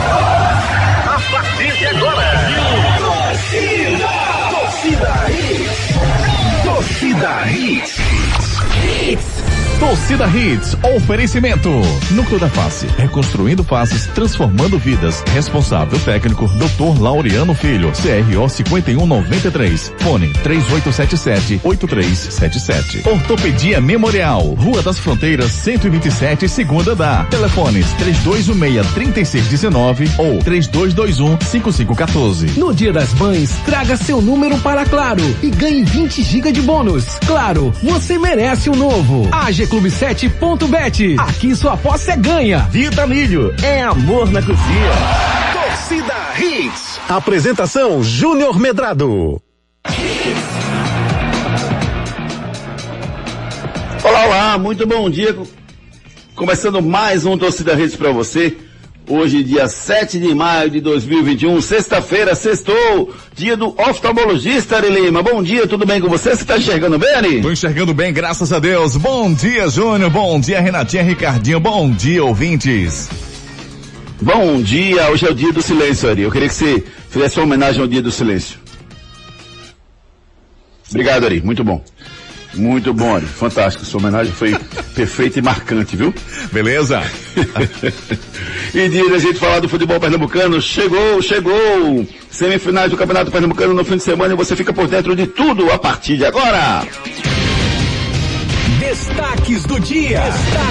A partir de agora, Torcida Hits. Torcida Hits, oferecimento. Núcleo da Face, reconstruindo faces, transformando vidas. Responsável técnico, Dr. Laureano Filho, CRO 5193. Fone 3877-8377. Ortopedia Memorial, Rua das Fronteiras, 127, segunda andar. Telefones 3216-3619 ou 3221-5514. No Dia das Mães, traga seu número para Claro e ganhe 20 GB de bônus. Claro, você merece um novo. AGClub7.bet. Aqui sua aposta é ganha. Vitamilho, é amor na cozinha. Torcida Hits. Apresentação Júnior Medrado. Olá, muito bom dia. Começando mais um Torcida Hits para você. Hoje, dia 7 de maio de 2021, sexta-feira, sextou, dia do oftalmologista, Ari Lima. Bom dia, tudo bem com você? Você está enxergando bem, Ari? Tô enxergando bem, graças a Deus. Bom dia, Júnior. Bom dia, Renatinha, Ricardinho. Bom dia, ouvintes. Bom dia, hoje é o dia do silêncio, Ari. Eu queria que você fizesse uma homenagem ao dia do silêncio. Obrigado, Ari, muito bom. Muito bom, Ari. Fantástico. Sua homenagem foi perfeita e marcante, viu? Beleza? E dia da gente falar do futebol pernambucano. Chegou! Semifinais do Campeonato Pernambucano no fim de semana e você fica por dentro de tudo a partir de agora. Destaques do dia.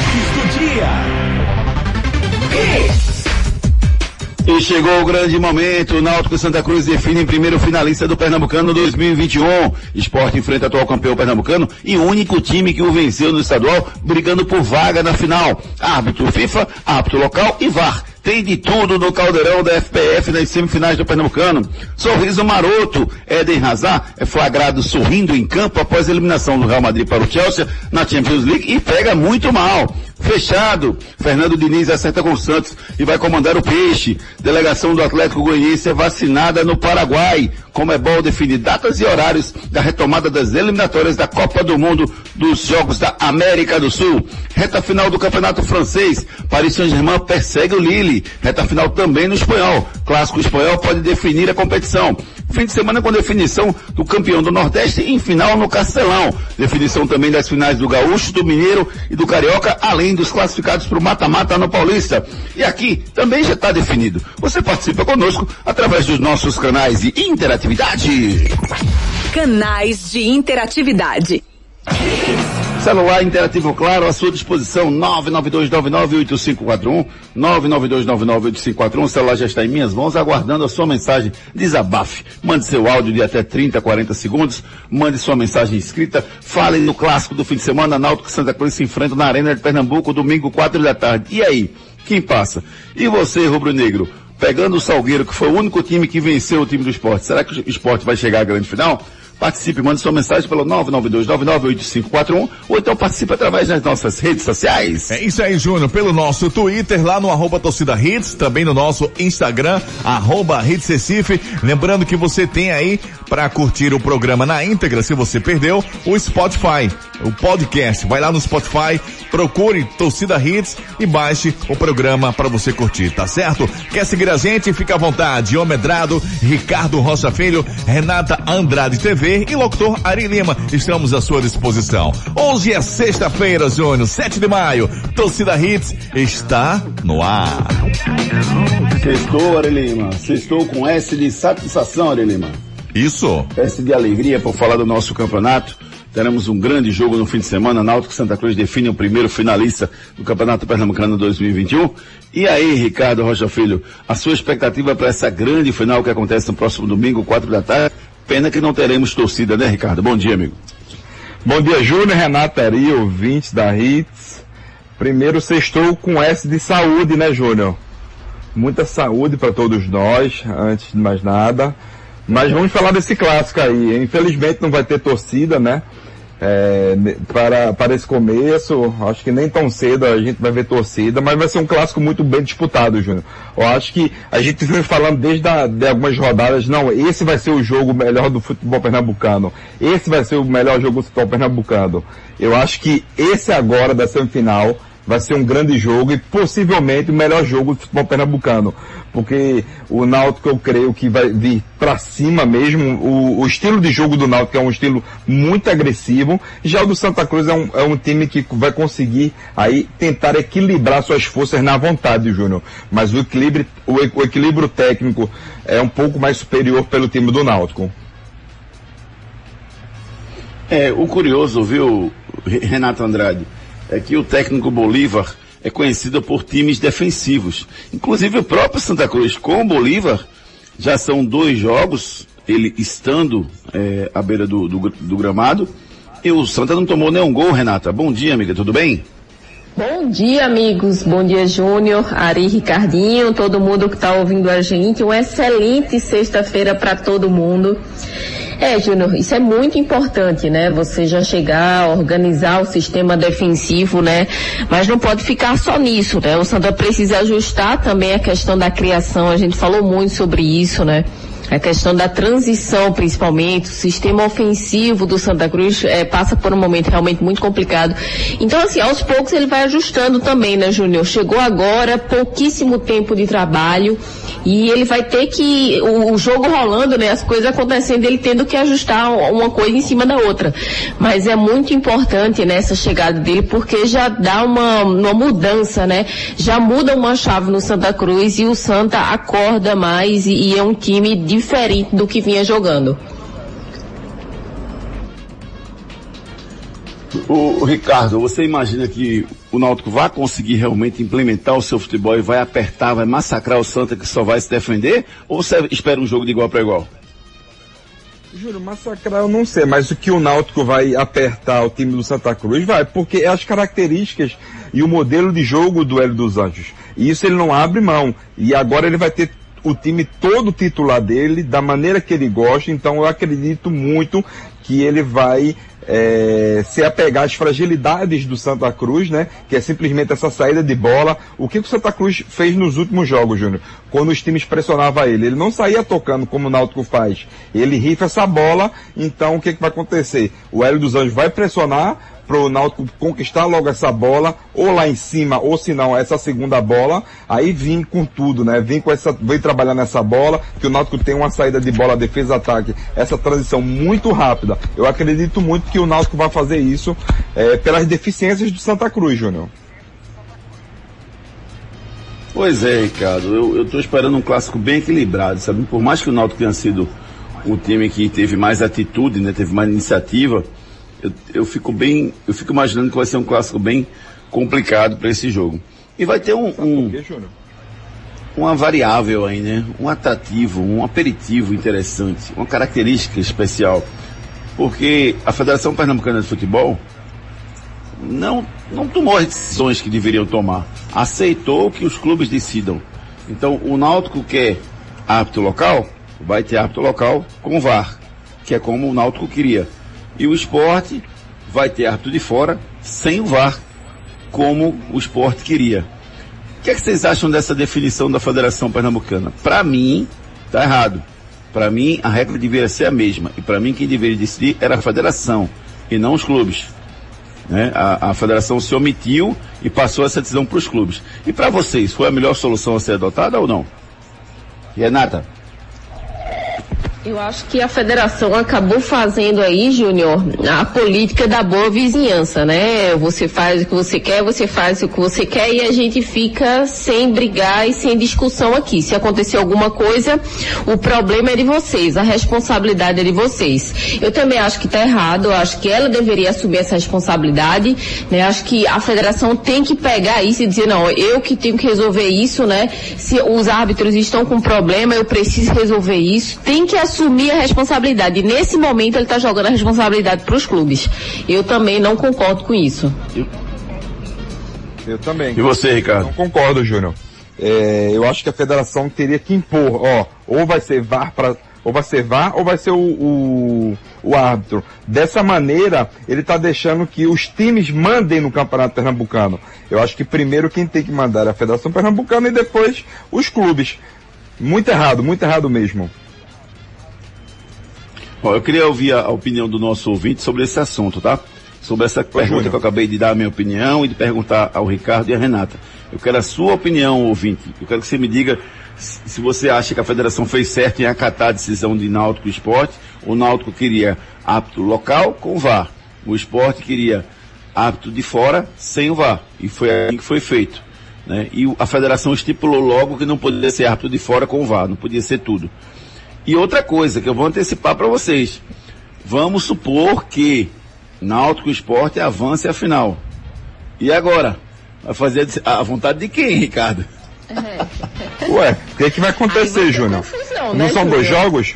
E chegou o grande momento, o Náutico e Santa Cruz definem primeiro finalista do Pernambucano 2021. Sport enfrenta atual campeão pernambucano e único time que o venceu no estadual, brigando por vaga na final. Árbitro FIFA, árbitro local e VAR. Tem de tudo no caldeirão da FPF nas semifinais do Pernambucano. Sorriso maroto. Eden Hazard é flagrado sorrindo em campo após a eliminação do Real Madrid para o Chelsea na Champions League e pega muito mal. Fechado. Fernando Diniz acerta com o Santos e vai comandar o Peixe. Delegação do Atlético Goianiense é vacinada no Paraguai. Comebol define datas e horários da retomada das eliminatórias da Copa do Mundo dos Jogos da América do Sul. Reta final do Campeonato Francês. Paris Saint-Germain persegue o Lille. Reta final também no espanhol. Clássico espanhol pode definir a competição. Fim de semana com definição do campeão do Nordeste em final no Castelão. Definição também das finais do Gaúcho, do Mineiro e do Carioca, além dos classificados para o mata-mata no Paulista. E aqui também já está definido. Você participa conosco através dos nossos canais de interatividade. Canais de interatividade. Celular interativo Claro à sua disposição, 992998541, 992998541, o celular já está em minhas mãos, aguardando a sua mensagem. Desabafe, mande seu áudio de até 30, 40 segundos, mande sua mensagem escrita, fale no clássico do fim de semana. Náutico e Santa Cruz se enfrentam na Arena de Pernambuco, domingo, 4 da tarde. E aí, quem passa? E você, rubro-negro, pegando o Salgueiro, que foi o único time que venceu o time do Sport, será que o Sport vai chegar à grande final? Participe, mande sua mensagem pelo 992998541 ou então participe através das nossas redes sociais. É isso aí, Júnior, pelo nosso Twitter, lá no @Torcida Hits, também no nosso Instagram, @Hits Recife. Lembrando que você tem aí, para curtir o programa na íntegra, se você perdeu, o Spotify, o podcast. Vai lá no Spotify, procure Torcida Hits e baixe o programa para você curtir, tá certo? Quer seguir a gente? Fica à vontade. Medrado, Ricardo Rocha Filho, Renata Andrade TV e locutor Ari Lima, estamos à sua disposição. Hoje é sexta-feira, Júnior, 7 de maio. Torcida Hits está no ar. Sextou, Ari Lima. Sextou com S de satisfação, Ari Lima. Isso. S de alegria por falar do nosso campeonato. Teremos um grande jogo no fim de semana. Náutico e Santa Cruz definem o primeiro finalista do Campeonato Pernambucano 2021. E aí, Ricardo Rocha Filho, a sua expectativa para essa grande final que acontece no próximo domingo, 4 da tarde? Pena que não teremos torcida, né, Ricardo? Bom dia, amigo. Bom dia, Júnior, Renata, Ari, ouvintes da Hits. Primeiro, sextou com S de saúde, né, Júnior? Muita saúde para todos nós, antes de mais nada. Mas vamos falar desse clássico aí. Infelizmente não vai ter torcida, né? Para esse começo, acho que nem tão cedo a gente vai ver torcida, mas vai ser um clássico muito bem disputado, Júnior. Eu acho que a gente vem falando desde de algumas rodadas, não, esse vai ser o jogo melhor do futebol pernambucano, esse vai ser o melhor jogo do futebol pernambucano. Eu acho que esse agora da semifinal vai ser um grande jogo e possivelmente o melhor jogo do futebol pernambucano, porque o Náutico eu creio que vai vir para cima mesmo, o estilo de jogo do Náutico é um estilo muito agressivo, já o do Santa Cruz é um time que vai conseguir aí tentar equilibrar suas forças na vontade, Júnior, mas o equilíbrio técnico é um pouco mais superior pelo time do Náutico. O curioso, viu, Renato Andrade, é que o técnico Bolívar é conhecido por times defensivos. Inclusive o próprio Santa Cruz com o Bolívar já são 2 jogos, ele estando à beira do gramado, e o Santa não tomou nenhum gol, Renata. Bom dia, amiga, tudo bem? Bom dia, amigos. Bom dia, Júnior, Ari, Ricardinho, todo mundo que está ouvindo a gente. Uma excelente sexta-feira para todo mundo. Júnior, isso é muito importante, né? Você já chegar, organizar o sistema defensivo, né? Mas não pode ficar só nisso, né? O Santa precisa ajustar também a questão da criação, a gente falou muito sobre isso, né? A questão da transição, principalmente, o sistema ofensivo do Santa Cruz passa por um momento realmente muito complicado. Então, assim, aos poucos ele vai ajustando também, né, Júnior? Chegou agora, pouquíssimo tempo de trabalho, e ele vai ter que, o jogo rolando, né, as coisas acontecendo, ele tendo que ajustar uma coisa em cima da outra. Mas é muito importante, né, essa chegada dele, porque já dá uma mudança, né? Já muda uma chave no Santa Cruz e o Santa acorda mais e é um time diferente do que vinha jogando. O Ricardo, você imagina que o Náutico vai conseguir realmente implementar o seu futebol e vai apertar, vai massacrar o Santa que só vai se defender? Ou você espera um jogo de igual para igual? Juro, massacrar eu não sei, mas o que o Náutico vai apertar o time do Santa Cruz vai, porque é as características e o modelo de jogo do Hélio dos Anjos. E isso ele não abre mão. E agora ele vai ter o time todo titular dele, da maneira que ele gosta, então eu acredito muito que ele vai se apegar às fragilidades do Santa Cruz, né? Que é simplesmente essa saída de bola. O que o Santa Cruz fez nos últimos jogos, Júnior? Quando os times pressionavam ele não saía tocando como o Náutico faz. Ele rifa essa bola, então o que vai acontecer? O Hélio dos Anjos vai pressionar para o Náutico conquistar logo essa bola, ou lá em cima, ou se não, essa segunda bola, aí vim com tudo, né? Vem trabalhar nessa bola, que o Náutico tem uma saída de bola, defesa, ataque, essa transição muito rápida. Eu acredito muito que o Náutico vai fazer isso pelas deficiências do Santa Cruz, Júnior. Pois é, Ricardo, eu tô esperando um clássico bem equilibrado, sabe? Por mais que o Náutico tenha sido um time que teve mais atitude, né? Teve mais iniciativa, eu fico imaginando que vai ser um clássico bem complicado para esse jogo. E vai ter uma variável aí, né? Um atrativo, um aperitivo interessante, uma característica especial. Porque a Federação Pernambucana de Futebol não tomou as decisões que deveriam tomar. Aceitou que os clubes decidam. Então, o Náutico quer árbitro local, vai ter árbitro local com VAR, que é como o Náutico queria. E o Sport vai ter árbitro de fora, sem o VAR, como o Sport queria. O que é que vocês acham dessa definição da Federação Pernambucana? Para mim, tá errado. Para mim, a regra deveria ser a mesma. E para mim, quem deveria decidir era a Federação, e não os clubes. Né? A Federação se omitiu e passou essa decisão para os clubes. E para vocês, foi a melhor solução a ser adotada ou não? Renata? Eu acho que a federação acabou fazendo aí, Júnior, a política da boa vizinhança, né? Você faz o que você quer, você faz o que você quer e a gente fica sem brigar e sem discussão aqui. Se acontecer alguma coisa, o problema é de vocês, a responsabilidade é de vocês. Eu também acho que está errado, eu acho que ela deveria assumir essa responsabilidade, né? Acho que a federação tem que pegar isso e dizer, não, eu que tenho que resolver isso, né? Se os árbitros estão com problema, eu preciso resolver isso. Tem que assumir a responsabilidade. E nesse momento ele está jogando a responsabilidade para os clubes. Eu também não concordo com isso. Eu também. E você, Ricardo? Não concordo, Júnior. Eu acho que a federação teria que impor, ou vai ser VAR ou vai ser o árbitro. Dessa maneira, ele está deixando que os times mandem no Campeonato Pernambucano. Eu acho que primeiro quem tem que mandar é a Federação Pernambucana e depois os clubes. Muito errado mesmo. Bom, eu queria ouvir a opinião do nosso ouvinte sobre esse assunto, tá? sobre essa pergunta que eu acabei de dar a minha opinião e de perguntar ao Ricardo e à Renata. Eu quero a sua opinião, ouvinte. Eu quero que você me diga se você acha que a federação fez certo em acatar a decisão de Náutico e Sport. O Náutico queria árbitro local com VAR. O Sport queria árbitro de fora sem o VAR. E foi assim que foi feito, né? E a federação estipulou logo que não podia ser árbitro de fora com o VAR, não podia ser tudo. E outra coisa que eu vou antecipar para vocês. Vamos supor que Náutico e Sport avance a final. E agora? Vai fazer a vontade de quem, Ricardo? Ué, o que vai acontecer, Júnior? Não são dois jogos?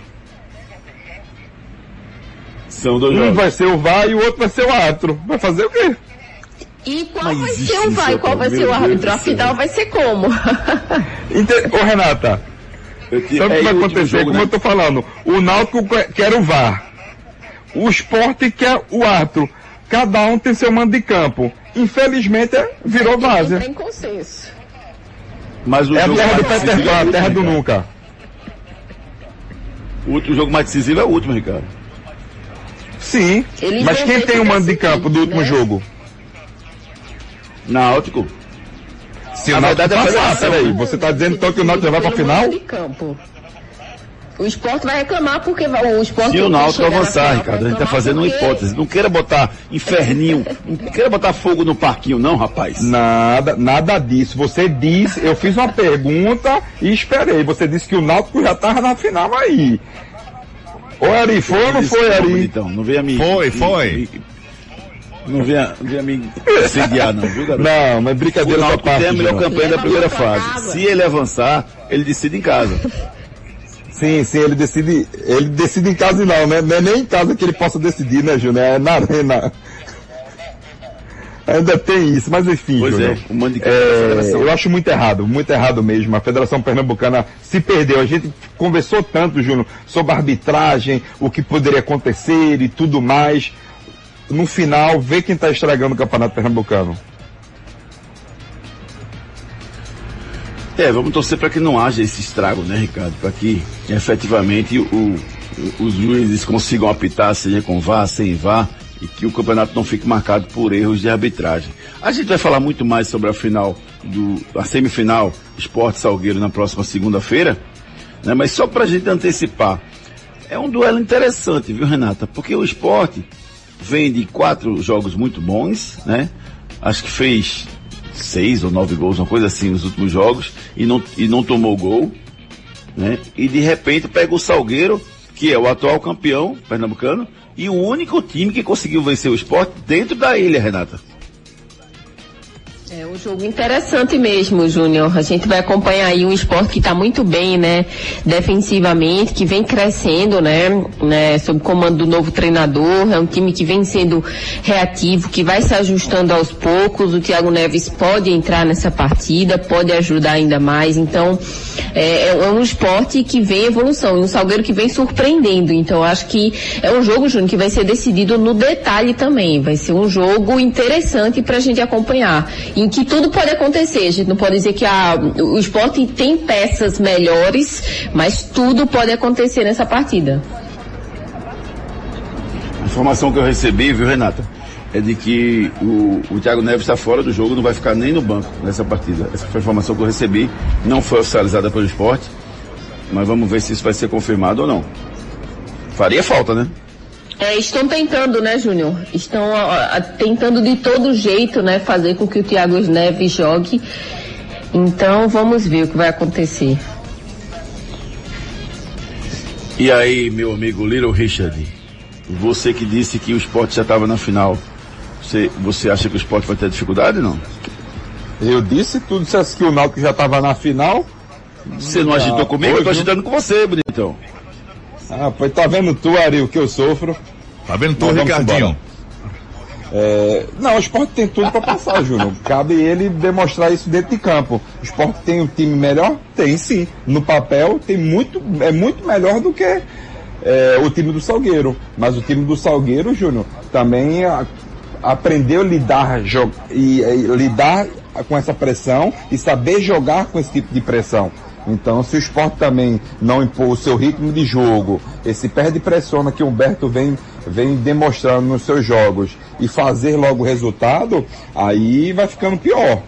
São dois jogos. Um vai ser o VAR e o outro vai ser o árbitro. Vai fazer o quê? E qual vai ser o VAR e qual vai ser o árbitro? Afinal, vai ser como? Ô, Renata, sabe o que vai acontecer? Jogo, como né? eu tô falando, o Náutico quer o VAR. O Sport quer o árbitro. Cada um tem seu mando de campo. Infelizmente, virou várzea. Tem consenso. Mas o É a jogo terra do mais Peter decisivo Pan, é a o terra do último, nunca. O jogo mais decisivo é o último, Ricardo. Sim, Eles mas vão quem ter tem que o mando de decidir, campo do último né? jogo? Náutico. Se A o Náutico verdade é a passar, federação. peraí, você tá dizendo então que o Náutico já vai pra Pelo final? mando de campo. O Sport vai reclamar porque o Sport Se tem o que Náutico chegar na avançar, final, Ricardo, a vai gente tá reclamar fazendo uma porque- hipótese. Não queira botar inferninho, não queira botar fogo no parquinho, não, rapaz. Nada disso. Você disse, eu fiz uma pergunta e esperei. Você disse que o Náutico já tava na final aí. Ô, Ari, foi ou não foi, Ari? Então, não venha me... Foi. Não venha me sediar, não, viu, garoto? Não, mas O brincadeira da Náutico parte. tem a melhor Júnior. campanha da primeira Leva muita fase. água. Se ele avançar, ele decide em casa. Sim, ele decide em casa não, né? Não é nem em casa que ele possa decidir, né, Júnior? É na arena. Ainda tem isso, mas enfim, Pois Júnior. é, o mando de campo da federação. Eu acho muito errado mesmo. A Federação Pernambucana se perdeu. A gente conversou tanto, Júnior, sobre a arbitragem, o que poderia acontecer e tudo mais. No final, vê quem está estragando o Campeonato Pernambucano. Vamos torcer para que não haja esse estrago, né, Ricardo? Para que efetivamente os juízes consigam apitar, seja com VAR, sem VAR, e que o campeonato não fique marcado por erros de arbitragem. A gente vai falar muito mais sobre a semifinal Sport Salgueiro na próxima segunda-feira, né? Mas só para a gente antecipar, é um duelo interessante, viu, Renata? Porque o Sport vem de 4 jogos muito bons, né? Acho que fez 6 ou 9 gols, uma coisa assim, nos últimos jogos, e não tomou gol, né? E de repente pega o Salgueiro, que é o atual campeão pernambucano, e o único time que conseguiu vencer o Sport dentro da ilha, Renata. É um jogo interessante mesmo, Júnior. A gente vai acompanhar aí um Sport que está muito bem, né, defensivamente, que vem crescendo, né, sob comando do novo treinador. É um time que vem sendo reativo, que vai se ajustando aos poucos. O Thiago Neves pode entrar nessa partida, pode ajudar ainda mais. Então, é um Sport que vem em evolução, e um Salgueiro que vem surpreendendo. Então, acho que é um jogo, Júnior, que vai ser decidido no detalhe também. Vai ser um jogo interessante para a gente acompanhar, em que tudo pode acontecer. A gente não pode dizer que o Sport tem peças melhores, mas tudo pode acontecer nessa partida. A informação que eu recebi, viu, Renata, é de que o Thiago Neves está fora do jogo, não vai ficar nem no banco nessa partida. Essa foi a informação que eu recebi, não foi oficializada pelo Sport, mas vamos ver se isso vai ser confirmado ou não. Faria falta, né? Estão tentando, né, Júnior? Estão tentando de todo jeito, né, fazer com que o Thiago Neves jogue. Então, vamos ver o que vai acontecer. E aí, meu amigo Little Richard, você que disse que o Sport já estava na final, você acha que o Sport vai ter dificuldade, não? Eu disse, tu dissesse que o Náutico já estava na final. Você não agitou comigo? Eu tô agitando com você, bonitão. Pois tá vendo tu, Ari, o que eu sofro. Tá vendo tu, Mas vamos Ricardinho? Não, o Sport tem tudo para passar, Júnior. Cabe ele demonstrar isso dentro de campo. O Sport tem um time melhor? Tem sim. No papel é muito melhor do que o time do Salgueiro. Mas o time do Salgueiro, Júnior, também aprendeu a lidar com essa pressão e saber jogar com esse tipo de pressão. Então, se o Sport também não impor o seu ritmo de jogo, esse perde pressiona que o Humberto vem vem demonstrando nos seus jogos e fazer logo o resultado, aí vai ficando pior.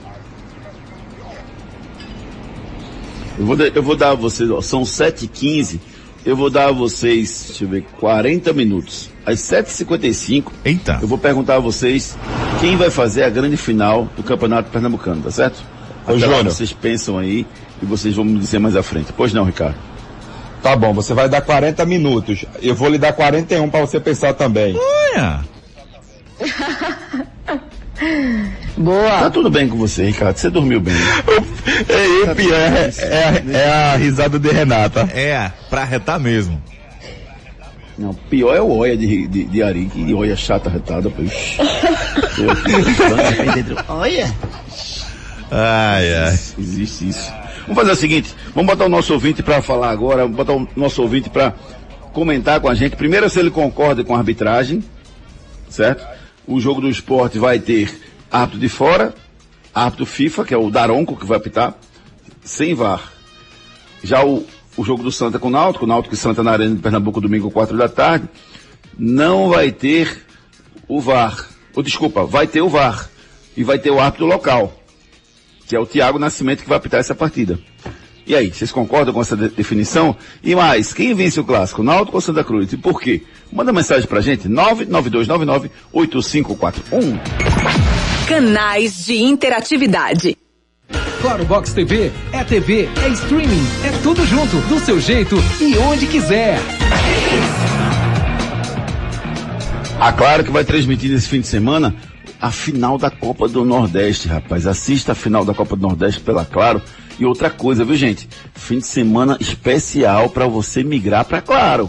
Eu vou dar a vocês, ó, são 7h15, eu vou dar a vocês, deixa eu ver, 40 minutos. Às 7h55, Eita. eu vou perguntar a vocês quem vai fazer a grande final do Campeonato Pernambucano, tá certo? Até lá vocês pensam aí e vocês vão me dizer mais à frente. Pois não, Ricardo? Tá bom, você vai dar 40 minutos. Eu vou lhe dar 41 para você pensar também. Olha. Boa. Tá tudo bem com você, Ricardo? Você dormiu bem? O pior é a risada de Renata. É, pra retar mesmo. Não, pior é o Oia de Ari, que Oia chata, retada, pois. Olha. Ai. Existe isso. Vamos fazer o seguinte, vamos botar o nosso ouvinte para falar agora, vamos botar o nosso ouvinte para comentar com a gente. Primeiro, se ele concorda com a arbitragem, certo? O jogo do Sport vai ter árbitro de fora, árbitro FIFA, que é o Daronco que vai apitar, sem VAR. Já o jogo do Santa com o Náutico e Santa na Arena de Pernambuco, domingo, 4 da tarde, não vai ter o VAR. Vai ter o VAR. E vai ter o árbitro local, que é o Thiago Nascimento, que vai apitar essa partida. E aí, vocês concordam com essa definição? E mais, quem vence o clássico, Náutico ou Santa Cruz? E por quê? Manda mensagem pra gente, 99299-8541. Canais de interatividade. Claro Box TV, é streaming, é tudo junto, do seu jeito e onde quiser. A Claro que vai transmitir esse fim de semana a final da Copa do Nordeste, rapaz. Assista a final da Copa do Nordeste pela Claro. E outra coisa, viu, gente? Fim de semana especial para você migrar para Claro.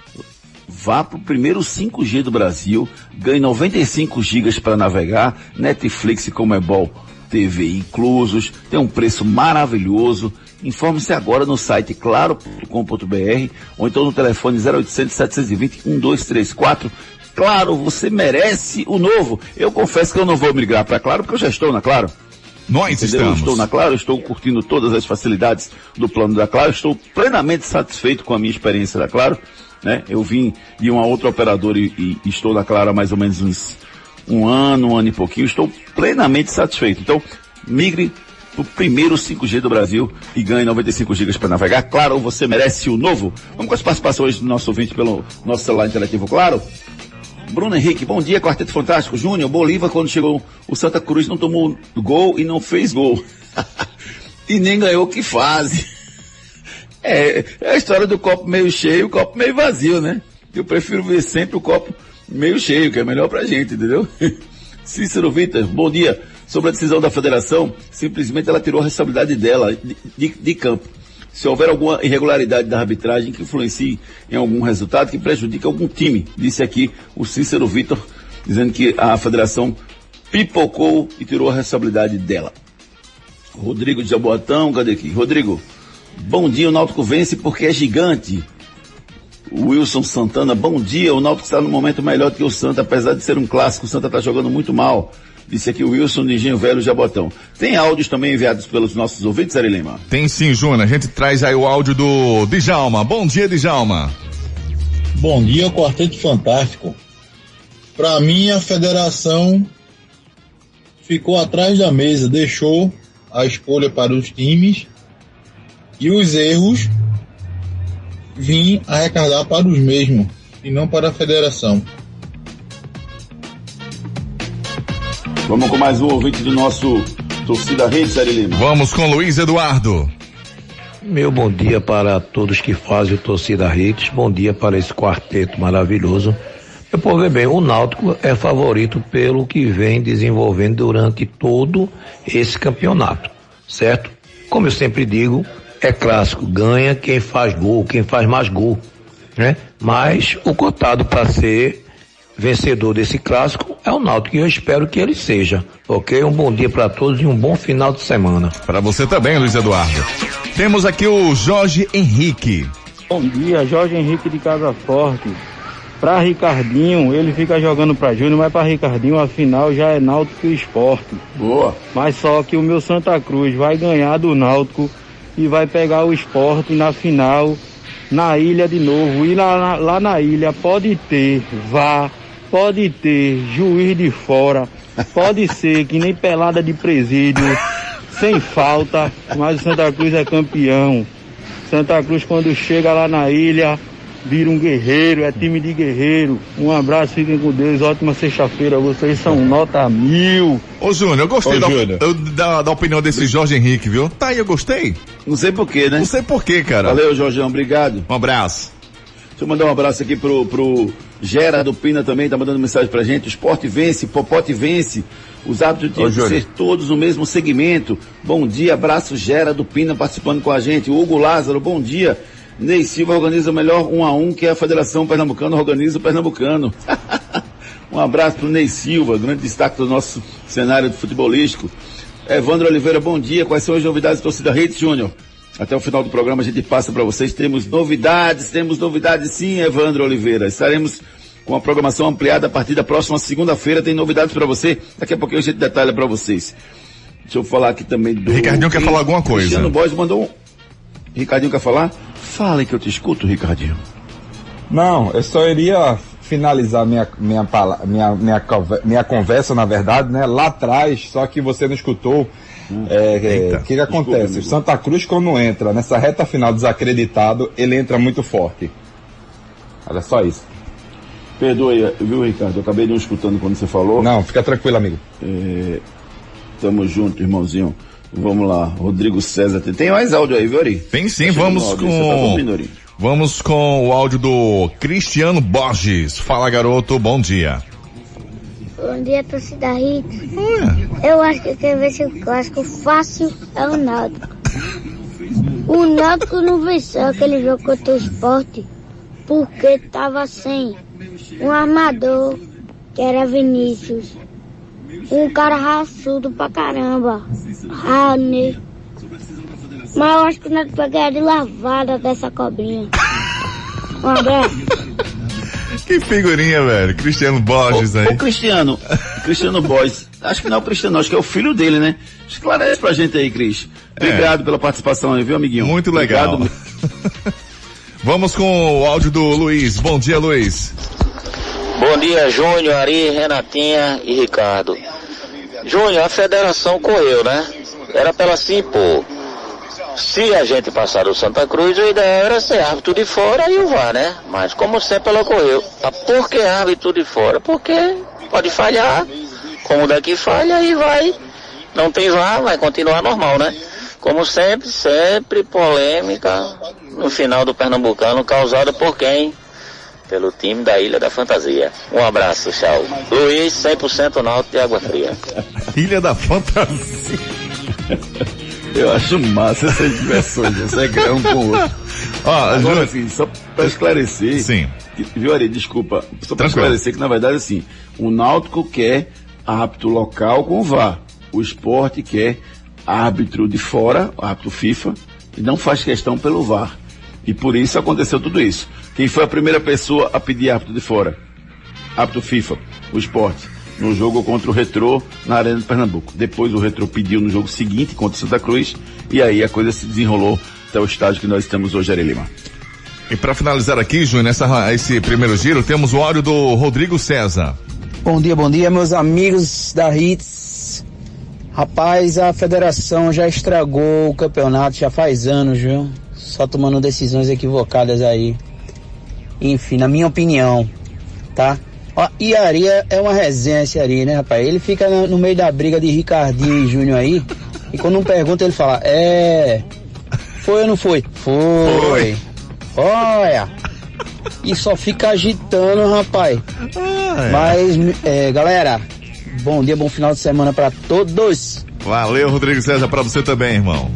Vá pro primeiro 5G do Brasil, ganhe 95 gigas para navegar, Netflix e Comebol TV inclusos, tem um preço maravilhoso. Informe-se agora no site claro.com.br ou então no telefone 0800 720 1234. Claro, você merece o novo. Eu confesso que eu não vou migrar para Claro porque eu já estou na Claro. Nós Entendeu? estamos. Eu estou na Claro, estou curtindo todas as facilidades do plano da Claro, estou plenamente satisfeito com a minha experiência da Claro, né? Eu vim de uma outra operadora e estou na Claro há mais ou menos uns um ano e pouquinho, estou plenamente satisfeito. Então, migre o primeiro 5G do Brasil e ganhe 95 gigas para navegar. Claro, você merece o novo. Vamos com as participações do nosso ouvinte pelo nosso celular interativo, claro. Bruno Henrique, bom dia, Quarteto Fantástico. Júnior, Bolívar, quando chegou o Santa Cruz, não tomou gol e não fez gol. E nem ganhou, que fase. É a história do copo meio cheio e o copo meio vazio, né? Eu prefiro ver sempre o copo meio cheio, que é melhor pra gente, entendeu? Cícero Vitor, bom dia. Sobre a decisão da federação, simplesmente ela tirou a responsabilidade dela de campo. Se houver alguma irregularidade da arbitragem que influencie em algum resultado, que prejudique algum time, disse aqui o Cícero Vitor, dizendo que a federação pipocou e tirou a responsabilidade dela. Rodrigo de Jaboatão, cadê aqui? Rodrigo, bom dia, o Náutico vence porque é gigante. Wilson Santana, bom dia, o Náutico está no momento melhor do que o Santa, apesar de ser um clássico, o Santa está jogando muito mal. Disse aqui o Wilson de Engenho Velho Jabotão. Tem áudios também enviados pelos nossos ouvintes, Ari Lima? Tem sim, Júnior. A gente traz aí o áudio do Djalma. Bom dia, Djalma. Bom dia, Quarteto Fantástico. Para mim, a federação ficou atrás da mesa, deixou a escolha para os times e os erros vim arrecadar para os mesmos e não para a federação. Vamos com mais um ouvinte do nosso Torcida Hits, Ari Lima. Vamos com Luiz Eduardo. Meu bom dia para todos que fazem o Torcida Hits, bom dia para esse quarteto maravilhoso. Eu posso ver bem, o Náutico é favorito pelo que vem desenvolvendo durante todo esse campeonato, certo? Como eu sempre digo, é clássico, ganha quem faz gol, quem faz mais gol, né? Mas o cotado para ser vencedor desse clássico é o Náutico e eu espero que ele seja, ok? Um bom dia para todos e um bom final de semana. Para você também, Luiz Eduardo. Temos aqui o Jorge Henrique. Bom dia, Jorge Henrique de Casa Forte. Para Ricardinho, ele fica jogando para Júnior, mas para Ricardinho a final já é Náutico e Sport. Boa. Mas só que o meu Santa Cruz vai ganhar do Náutico e vai pegar o Sport na final na ilha de novo. E lá na ilha pode ter VAR, pode ter juiz de fora, pode ser que nem pelada de presídio, sem falta, mas o Santa Cruz é campeão. Santa Cruz, quando chega lá na ilha, vira um guerreiro, é time de guerreiro. Um abraço, fiquem com Deus, ótima sexta-feira, vocês são nota 1000. Ô Júnior, eu gostei da opinião desse Jorge Henrique, viu? Tá aí, eu gostei. Não sei porquê, né? Não sei porquê, cara. Valeu, Jorgeão, obrigado. Um abraço. Deixa eu mandar um abraço aqui pro Gera do Pina também, tá mandando mensagem pra gente. O Sport vence, Popote vence. Os árbitros tinham que ser todos no mesmo segmento. Bom dia, abraço, Gera do Pina participando com a gente. O Hugo Lázaro, bom dia. Ney Silva organiza o melhor 1-1 que a Federação Pernambucana organiza o Pernambucano. Um abraço pro Ney Silva, grande destaque do nosso cenário futebolístico. Evandro Oliveira, bom dia. Quais são as novidades do Torcida Hits, Júnior? Até o final do programa a gente passa para vocês. Temos novidades sim, Evandro Oliveira. Estaremos com a programação ampliada a partir da próxima segunda-feira. Tem novidades para você. Daqui a pouquinho a gente detalha para vocês. Deixa eu falar aqui também do... Ricardinho quer falar alguma coisa. Cristiano Boys mandou um... Ricardinho quer falar? Fala que eu te escuto, Ricardinho. Não, eu só iria finalizar minha conversa, na verdade, né? Lá atrás, só que você não escutou. O que acontece? Desculpa, Santa Cruz, quando entra nessa reta final desacreditado, ele entra muito forte. Olha só isso. Perdoe, viu, Ricardo? Eu acabei não escutando quando você falou. Não, fica tranquilo, amigo. Tamo junto, irmãozinho. Vamos lá, Rodrigo César. Tem mais áudio aí, viu, Ari? Tem sim, vamos com o áudio do Cristiano Borges. Fala, garoto, bom dia. Bom dia, torcida Hits. Eu acho que quem vence o clássico fácil é o Náutico. O Náutico não venceu aquele jogo contra o Sport porque tava sem um armador, que era Vinícius. Um cara raçudo pra caramba, Raul. Mas eu acho que o Náutico vai ganhar de lavada dessa cobrinha. Um abraço. Que figurinha, velho. Cristiano Borges aí. O Cristiano Borges. Acho que não é o Cristiano, acho que é o filho dele, né? Esclarece pra gente aí, Cris. Obrigado pela participação aí, viu, amiguinho? Muito legal. Obrigado. Vamos com o áudio do Luiz. Bom dia, Luiz. Bom dia, Júnior, Ari, Renatinha e Ricardo. Júnior, a federação correu, né? Era pra ela se impor. Se a gente passar do Santa Cruz, a ideia era ser árbitro de fora e o VAR, né? Mas como sempre ela ocorreu. Por que árbitro de fora? Porque pode falhar, como daqui falha e vai. Não tem VAR, vai continuar normal, né? Como sempre polêmica no final do Pernambucano, causada por quem? Pelo time da Ilha da Fantasia. Um abraço, tchau. Luiz, 100% Náutico de Água Fria. Ilha da Fantasia. Eu acho massa essas diversões, essa é grão com o outro. Agora, assim, só pra esclarecer. Sim. Viu, Ari, desculpa. Só pra esclarecer que, na verdade, assim, o Náutico quer árbitro local com VAR. O Sport quer árbitro de fora, árbitro FIFA, e não faz questão pelo VAR. E por isso aconteceu tudo isso. Quem foi a primeira pessoa a pedir árbitro de fora? Árbitro FIFA, o Sport. No jogo contra o Retrô, na Arena de Pernambuco. Depois o Retrô pediu no jogo seguinte contra o Santa Cruz, e aí a coisa se desenrolou até o estágio que nós estamos hoje, Ari Lima. E para finalizar aqui, Júnior, esse primeiro giro, temos o áudio do Rodrigo César. Bom dia, meus amigos da Hits. Rapaz, a federação já estragou o campeonato já faz anos, viu? Só tomando decisões equivocadas aí. Enfim, na minha opinião, tá? Ó, e Ari é uma resenha esse Ari, né, rapaz? Ele fica no meio da briga de Ricardinho e Júnior aí, e quando não pergunta ele fala, foi ou não foi? Foi. Olha, e só fica agitando, rapaz. Mas, galera, bom dia, bom final de semana pra todos. Valeu, Rodrigo César, pra você também, irmão.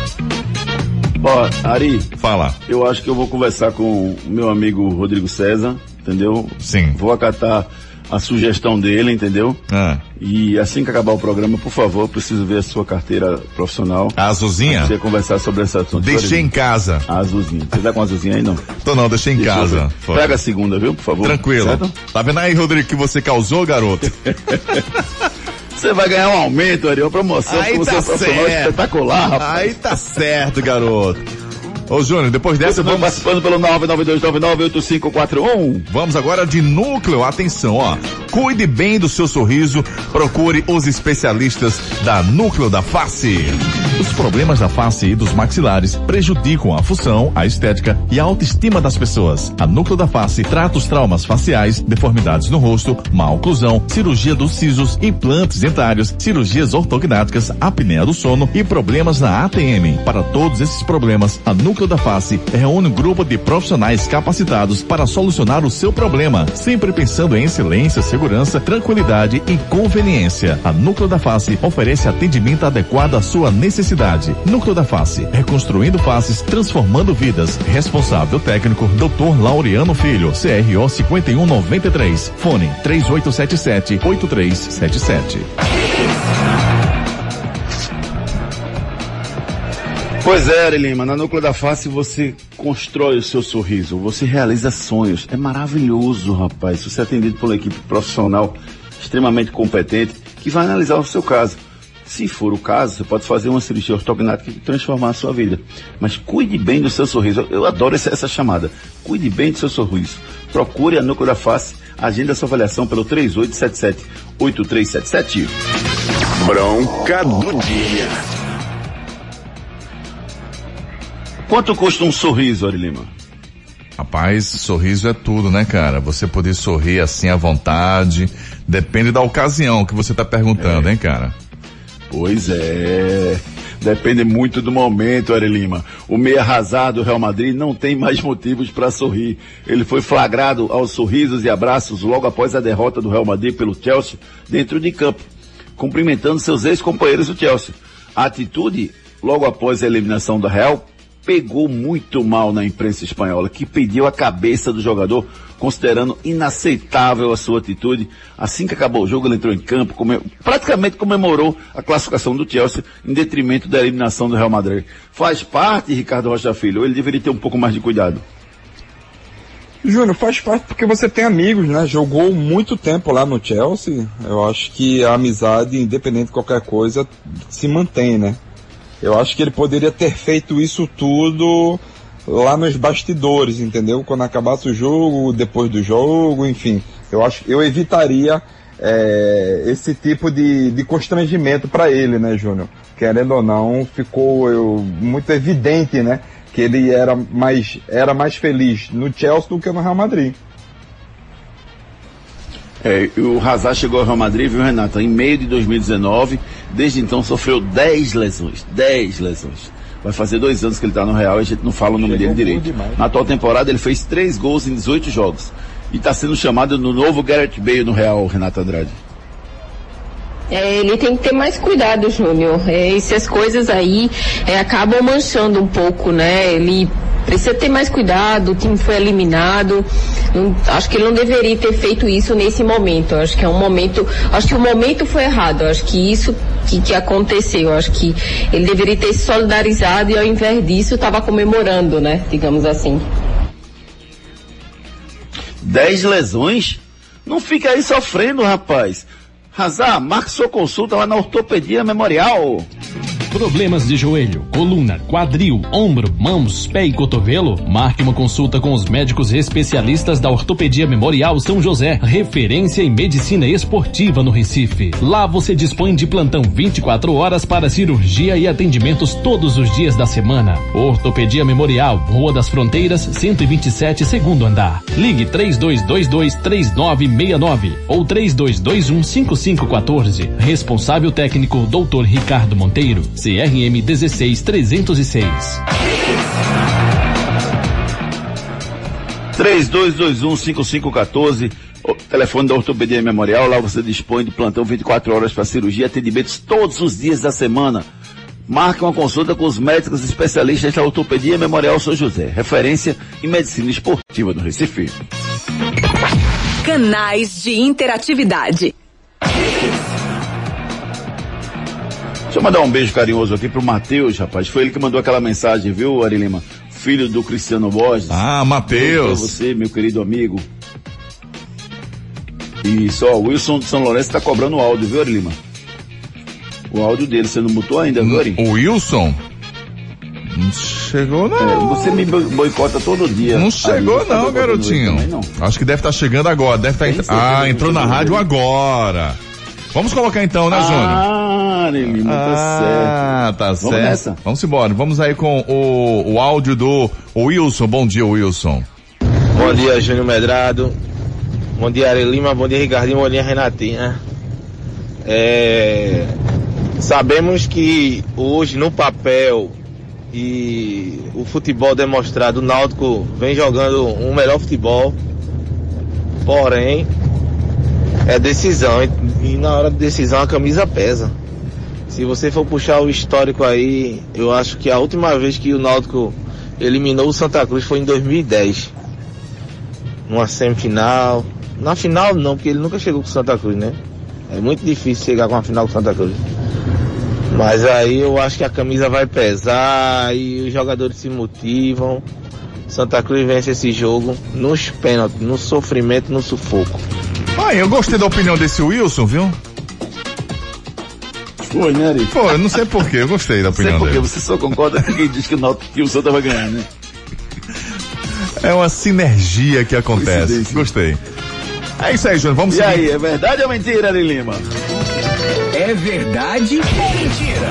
Ó, Ari. Fala. Eu acho que eu vou conversar com o meu amigo Rodrigo César, entendeu? Sim. Vou acatar a sugestão dele, entendeu? E assim que acabar o programa, por favor, eu preciso ver a sua carteira profissional. A azulzinha? Você conversar sobre esse assunto. Deixei em casa. A azulzinha. Você tá com a azulzinha aí, não? Tô não, deixei em casa. Pega a segunda, viu, por favor? Tranquilo. Certo? Tá vendo aí, Rodrigo, que você causou, garoto? Você vai ganhar um aumento, Ari, uma promoção, aí porque tá você é um profissional espetacular, rapaz. Aí tá certo, garoto. Ô Júnior, depois dessa vamos participando pelo 992998541. Vamos agora de núcleo. Atenção, ó. Cuide bem do seu sorriso. Procure os especialistas da Núcleo da Face. Os problemas da face e dos maxilares prejudicam a função, a estética e a autoestima das pessoas. A Núcleo da Face trata os traumas faciais, deformidades no rosto, má oclusão, cirurgia dos sisos, implantes dentários, cirurgias ortognáticas, apneia do sono e problemas na ATM. Para todos esses problemas, a Núcleo da Face reúne um grupo de profissionais capacitados para solucionar o seu problema, sempre pensando em excelência, segurança, tranquilidade e conveniência. A Núcleo da Face oferece atendimento adequado à sua necessidade. Núcleo da Face, reconstruindo faces, transformando vidas. Responsável técnico, Dr. Laureano Filho, CRO 5193. Fone 3877-8377. Pois é, Ari Lima, na Núcleo da Face você constrói o seu sorriso, você realiza sonhos. É maravilhoso, rapaz. Você é atendido por uma equipe profissional extremamente competente que vai analisar o seu caso. Se for o caso, você pode fazer uma cirurgia ortognática e transformar a sua vida. Mas cuide bem do seu sorriso. Eu adoro essa chamada. Cuide bem do seu sorriso. Procure a Núcleo da Face. Agenda sua avaliação pelo 3877-8377. Bronca do dia. Quanto custa um sorriso, Ari Lima? Rapaz, sorriso é tudo, né, cara? Você poder sorrir assim à vontade, depende da ocasião que você tá perguntando, hein, cara? Pois é, depende muito do momento, Ari Lima. O meia arrasado do Real Madrid não tem mais motivos para sorrir. Ele foi flagrado aos sorrisos e abraços logo após a derrota do Real Madrid pelo Chelsea dentro de campo, cumprimentando seus ex-companheiros do Chelsea. A atitude, logo após a eliminação do Real, pegou muito mal na imprensa espanhola, que pediu a cabeça do jogador, considerando inaceitável a sua atitude. Assim que acabou o jogo, ele entrou em campo, praticamente comemorou a classificação do Chelsea em detrimento da eliminação do Real Madrid. Faz parte, Ricardo Rocha Filho, ou ele deveria ter um pouco mais de cuidado? Júnior, faz parte porque você tem amigos, né? Jogou muito tempo lá no Chelsea. Eu acho que a amizade, independente de qualquer coisa, se mantém, né? Eu acho que ele poderia ter feito isso tudo lá nos bastidores, entendeu? Quando acabasse o jogo, depois do jogo, enfim. Eu evitaria esse tipo de constrangimento para ele, né, Júnior? Querendo ou não, ficou muito evidente, né? Que ele era mais feliz no Chelsea do que no Real Madrid. O Hazard chegou ao Real Madrid, viu, Renato, em meio de 2019, desde então sofreu 10 lesões. Vai fazer 2 anos que ele está no Real e a gente não fala o nome dele direito. Na atual temporada ele fez 3 gols em 18 jogos. E está sendo chamado no novo Gareth Bale no Real, Renato Andrade. Ele tem que ter mais cuidado, Júnior. Essas coisas aí acabam manchando um pouco, né? Ele precisa ter mais cuidado, o time foi eliminado. Acho que ele não deveria ter feito isso nesse momento. Acho que o momento foi errado. Acho que isso que aconteceu. Acho que ele deveria ter se solidarizado e ao invés disso estava comemorando, né? Digamos assim. 10 lesões? Não fica aí sofrendo, rapaz. Hazard, marque sua consulta lá na Ortopedia Memorial. Problemas de joelho, coluna, quadril, ombro, mãos, pé e cotovelo? Marque uma consulta com os médicos especialistas da Ortopedia Memorial São José, referência em medicina esportiva no Recife. Lá você dispõe de plantão 24 horas para cirurgia e atendimentos todos os dias da semana. Ortopedia Memorial, Rua das Fronteiras, 127, segundo andar. Ligue 3222-3969 ou 3221-5514. Responsável técnico Dr. Ricardo Monteiro. CRM 16306. 3221-5514, o telefone da Ortopedia Memorial. Lá você dispõe de plantão 24 horas para cirurgia, atendimentos todos os dias da semana. Marque uma consulta com os médicos especialistas da Ortopedia Memorial São José, referência em medicina esportiva no Recife. Canais de interatividade. Deixa eu mandar um beijo carinhoso aqui pro Matheus, rapaz. Foi ele que mandou aquela mensagem, viu, Ari Lima? Filho do Cristiano Borges. Ah, Matheus. Pra você, meu querido amigo. Isso, ó, o Wilson de São Lourenço tá cobrando o áudio, viu, Ari Lima? O áudio dele, você não botou ainda, viu, Ari? O Wilson? chegou não. Você me boicota todo dia. Não chegou não, garotinho. Não. Acho que deve estar chegando agora. Deve estar entrou na rádio agora. Vamos colocar então, né, Júnior? Lima, tá certo. Tá Vamos certo. nessa. Vamos embora. Vamos aí com o áudio do Wilson. Bom dia, Wilson. Bom dia, Júnior Medrado. Bom dia, Ari Lima. Bom dia, Ricardinho. Bom dia, Renatinha. Sabemos que hoje, no papel e o futebol demonstrado, o Náutico vem jogando um melhor futebol. Porém, é decisão. E na hora de decisão a camisa pesa. Se você for puxar o histórico aí, eu acho que a última vez que o Náutico eliminou o Santa Cruz foi em 2010. Numa semifinal. Na final não, porque ele nunca chegou com o Santa Cruz, né? É muito difícil chegar com a final com o Santa Cruz. Mas aí eu acho que a camisa vai pesar e os jogadores se motivam. Santa Cruz vence esse jogo nos pênaltis, no sofrimento, no sufoco. Eu gostei da opinião desse Wilson, viu? Foi, né, Ari? Foi, eu não sei porquê, eu gostei da opinião dele. Você só concorda com quem diz que o Santa vai ganhar, né? É uma sinergia que acontece. Gostei. É isso aí, Júnior, vamos seguir. E aí, é verdade ou mentira, Ari Lima? É verdade ou mentira?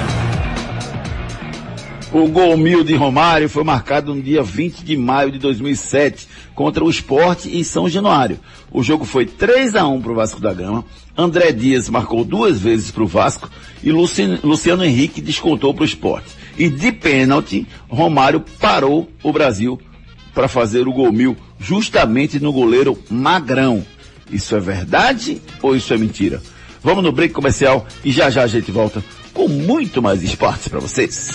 O gol 1000 de Romário foi marcado no dia 20 de maio de 2007 contra o Sport em São Januário. O jogo foi 3-1 para o Vasco da Gama. André Dias marcou 2 vezes para o Vasco e Luciano Henrique descontou para o Sport. E de pênalti, Romário parou o Brasil para fazer o gol 1000 justamente no goleiro Magrão. Isso é verdade ou isso é mentira? Vamos no break comercial e já a gente volta com muito mais esportes para vocês.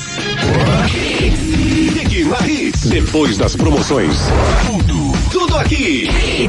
Depois das promoções, tudo aqui.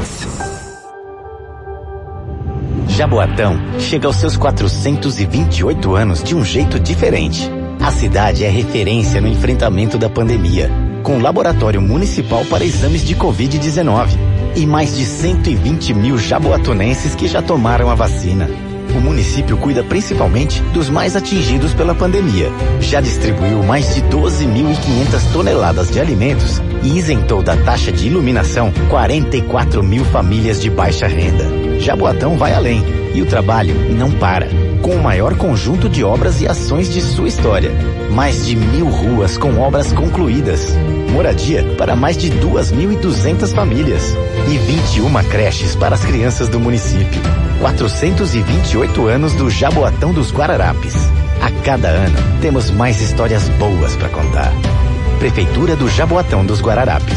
Jaboatão chega aos seus 428 anos de um jeito diferente. A cidade é referência no enfrentamento da pandemia, com laboratório municipal para exames de Covid-19 e mais de 120 mil jaboatonenses que já tomaram a vacina. O município cuida principalmente dos mais atingidos pela pandemia. Já distribuiu mais de 12.500 toneladas de alimentos e isentou da taxa de iluminação 44 mil famílias de baixa renda. Jaboatão vai além e o trabalho não para. Com o maior conjunto de obras e ações de sua história. Mais de 1.000 ruas com obras concluídas. Moradia para mais de 2.200 famílias. E 21 creches para as crianças do município. 428 anos do Jaboatão dos Guararapes. A cada ano, temos mais histórias boas para contar. Prefeitura do Jaboatão dos Guararapes.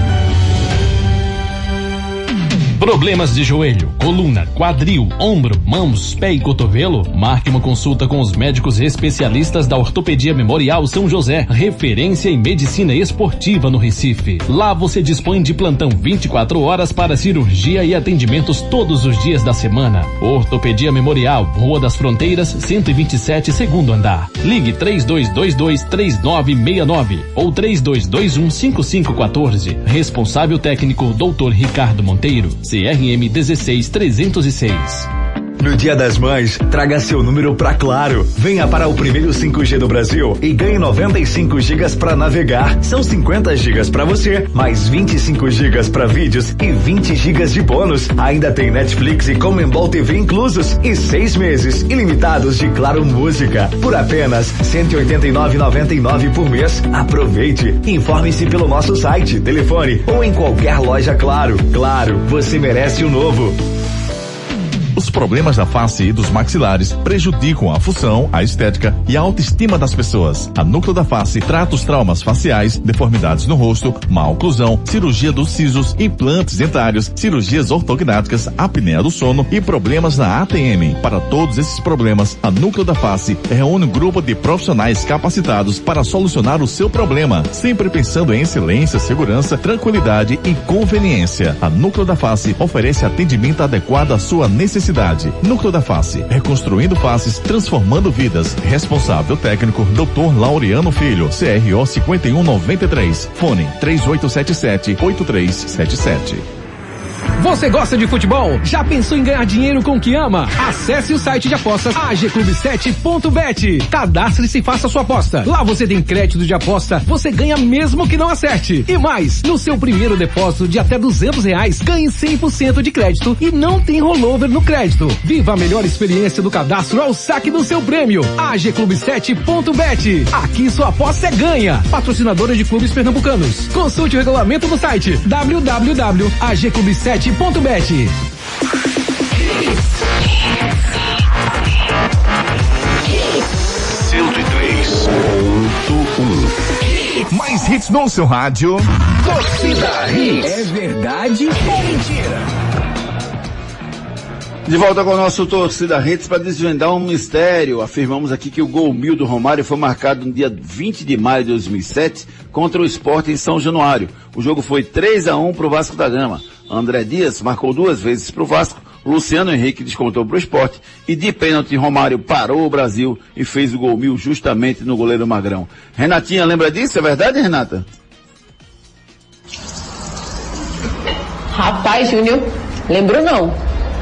Problemas de joelho, coluna, quadril, ombro, mãos, pé e cotovelo? Marque uma consulta com os médicos especialistas da Ortopedia Memorial São José, referência em medicina esportiva no Recife. Lá você dispõe de plantão 24 horas para cirurgia e atendimentos todos os dias da semana. Ortopedia Memorial, Rua das Fronteiras, 127, segundo andar. Ligue 3222-3969 ou 3221-5514. Responsável técnico, Dr. Ricardo Monteiro. CRM 16306. No Dia das Mães, traga seu número pra Claro. Venha para o primeiro 5G do Brasil e ganhe 95 gigas para navegar. São 50 gigas para você, mais 25 gigas para vídeos e 20 gigas de bônus. Ainda tem Netflix e Comembol TV inclusos e 6 meses ilimitados de Claro Música por apenas R$ 189,99 por mês. Aproveite. Informe-se pelo nosso site, telefone ou em qualquer loja Claro. Claro, você merece o novo. Os problemas da face e dos maxilares prejudicam a função, a estética e a autoestima das pessoas. A Núcleo da Face trata os traumas faciais, deformidades no rosto, má oclusão, cirurgia dos sisos, implantes dentários, cirurgias ortognáticas, apneia do sono e problemas na ATM. Para todos esses problemas, a Núcleo da Face reúne um grupo de profissionais capacitados para solucionar o seu problema, sempre pensando em excelência, segurança, tranquilidade e conveniência. A Núcleo da Face oferece atendimento adequado à sua necessidade. Núcleo da Face, reconstruindo faces, transformando vidas. Responsável técnico, Dr. Laureano Filho, CRO 5193. Fone 3877-8377. Você gosta de futebol? Já pensou em ganhar dinheiro com o que ama? Acesse o site de apostas agclub7.bet. Cadastre-se e faça sua aposta. Lá você tem crédito de aposta, você ganha mesmo que não acerte. E mais, no seu primeiro depósito de até R$200, ganhe 100% de crédito e não tem rollover no crédito. Viva a melhor experiência do cadastro ao saque do seu prêmio. agclub7.bet. Aqui sua aposta é ganha. Patrocinadora de clubes pernambucanos. Consulte o regulamento no site www.agclub7.bet. Mais hits no seu rádio. Torcida Hits. É verdade ou mentira? De volta com o nosso Torcida Hits para desvendar um mistério. Afirmamos aqui que o gol 1000 do Romário foi marcado no dia 20 de maio de 2007 contra o Sport em São Januário. O jogo foi 3-1 para o Vasco da Gama. André Dias marcou 2 vezes para o Vasco, Luciano Henrique descontou para o Sport e de pênalti Romário parou o Brasil e fez o gol 1000 justamente no goleiro Magrão. Renatinha, lembra disso? É verdade, Renata? Rapaz, Júnior, lembro não.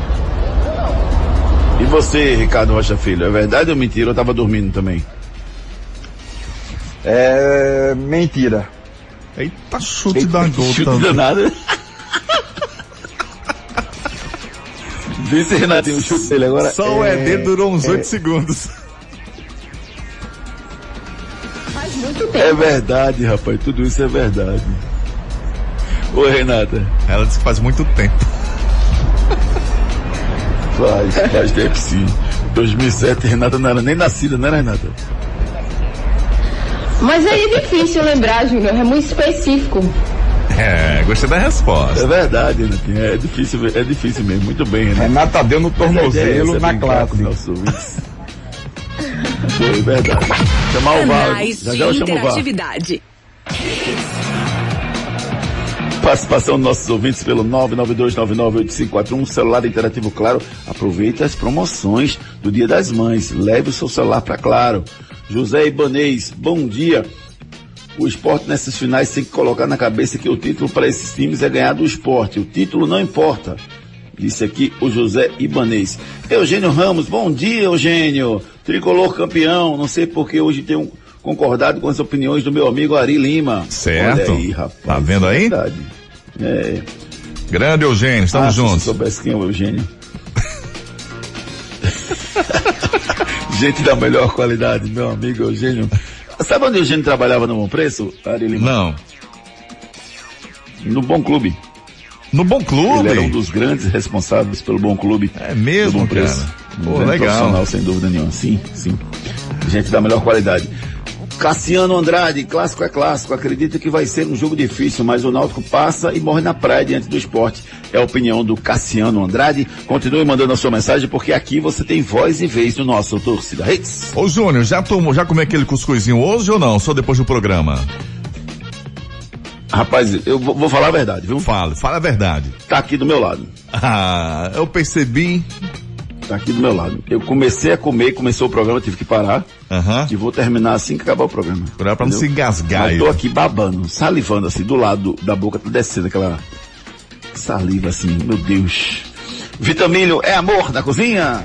E você, Ricardo Rocha Filho, é verdade ou mentira? Eu estava dormindo também. É mentira. Eita, chute da gota. Chute danado. Vê se Renatinho o chute dele agora. Só o ED durou uns 8 segundos. Faz muito tempo. É verdade, rapaz, tudo isso é verdade. Oi, Renata. Ela disse que faz muito tempo. Faz tempo sim. 2007, Renata não era nem nascida, não era, Renata? Mas aí é difícil lembrar, Júnior, é muito específico. Gostei da resposta. É verdade, Renatinho, é difícil mesmo, muito bem, Renata. Renata deu no tornozelo na classe. Foi verdade. Chamar o VAR. Já eu chamo o VAR. Participação dos nossos ouvintes pelo 992998541, celular interativo Claro. Aproveite as promoções do Dia das Mães. Leve o seu celular para Claro. José Ibanez, bom dia. O Sport nessas finais tem que colocar na cabeça que o título para esses times é ganhar do Sport. O título não importa. Disse aqui o José Ibanez. Eugênio Ramos, bom dia, Eugênio. Tricolor campeão. Não sei porque hoje tenho concordado com as opiniões do meu amigo Ari Lima. Certo. Olha aí, rapaz. Tá vendo aí? É verdade. É. Grande Eugênio, estamos juntos. Se soubesse quem é o Eugênio. Gente da melhor qualidade, meu amigo Eugênio. Sabe onde o Eugênio trabalhava no Bom Preço, Ari Lima? Não. No Bom Clube. No Bom Clube? Ele era um dos grandes responsáveis pelo Bom Clube. É mesmo, Bom Preço. Pô, legal. Profissional, sem dúvida nenhuma. Sim. Gente da melhor qualidade. Cassiano Andrade, clássico é clássico. Acredita que vai ser um jogo difícil, mas o Náutico passa e morre na praia diante do Sport. É a opinião do Cassiano Andrade. Continue mandando a sua mensagem, porque aqui você tem voz e vez no nosso Torcida Hits. Ô Júnior, já comeu aquele cuscuzinho hoje ou não? Só depois do programa? Rapaz, eu vou falar a verdade, viu? Fala a verdade. Tá aqui do meu lado. Ah, eu percebi. Tá aqui do meu lado. Eu comecei a comer, começou o programa, tive que parar. E vou terminar assim que acabar o programa. Pra não se engasgar. Eu tô aqui babando, salivando assim, do lado da boca, tá descendo aquela saliva assim, meu Deus. Vitamilho é amor na cozinha?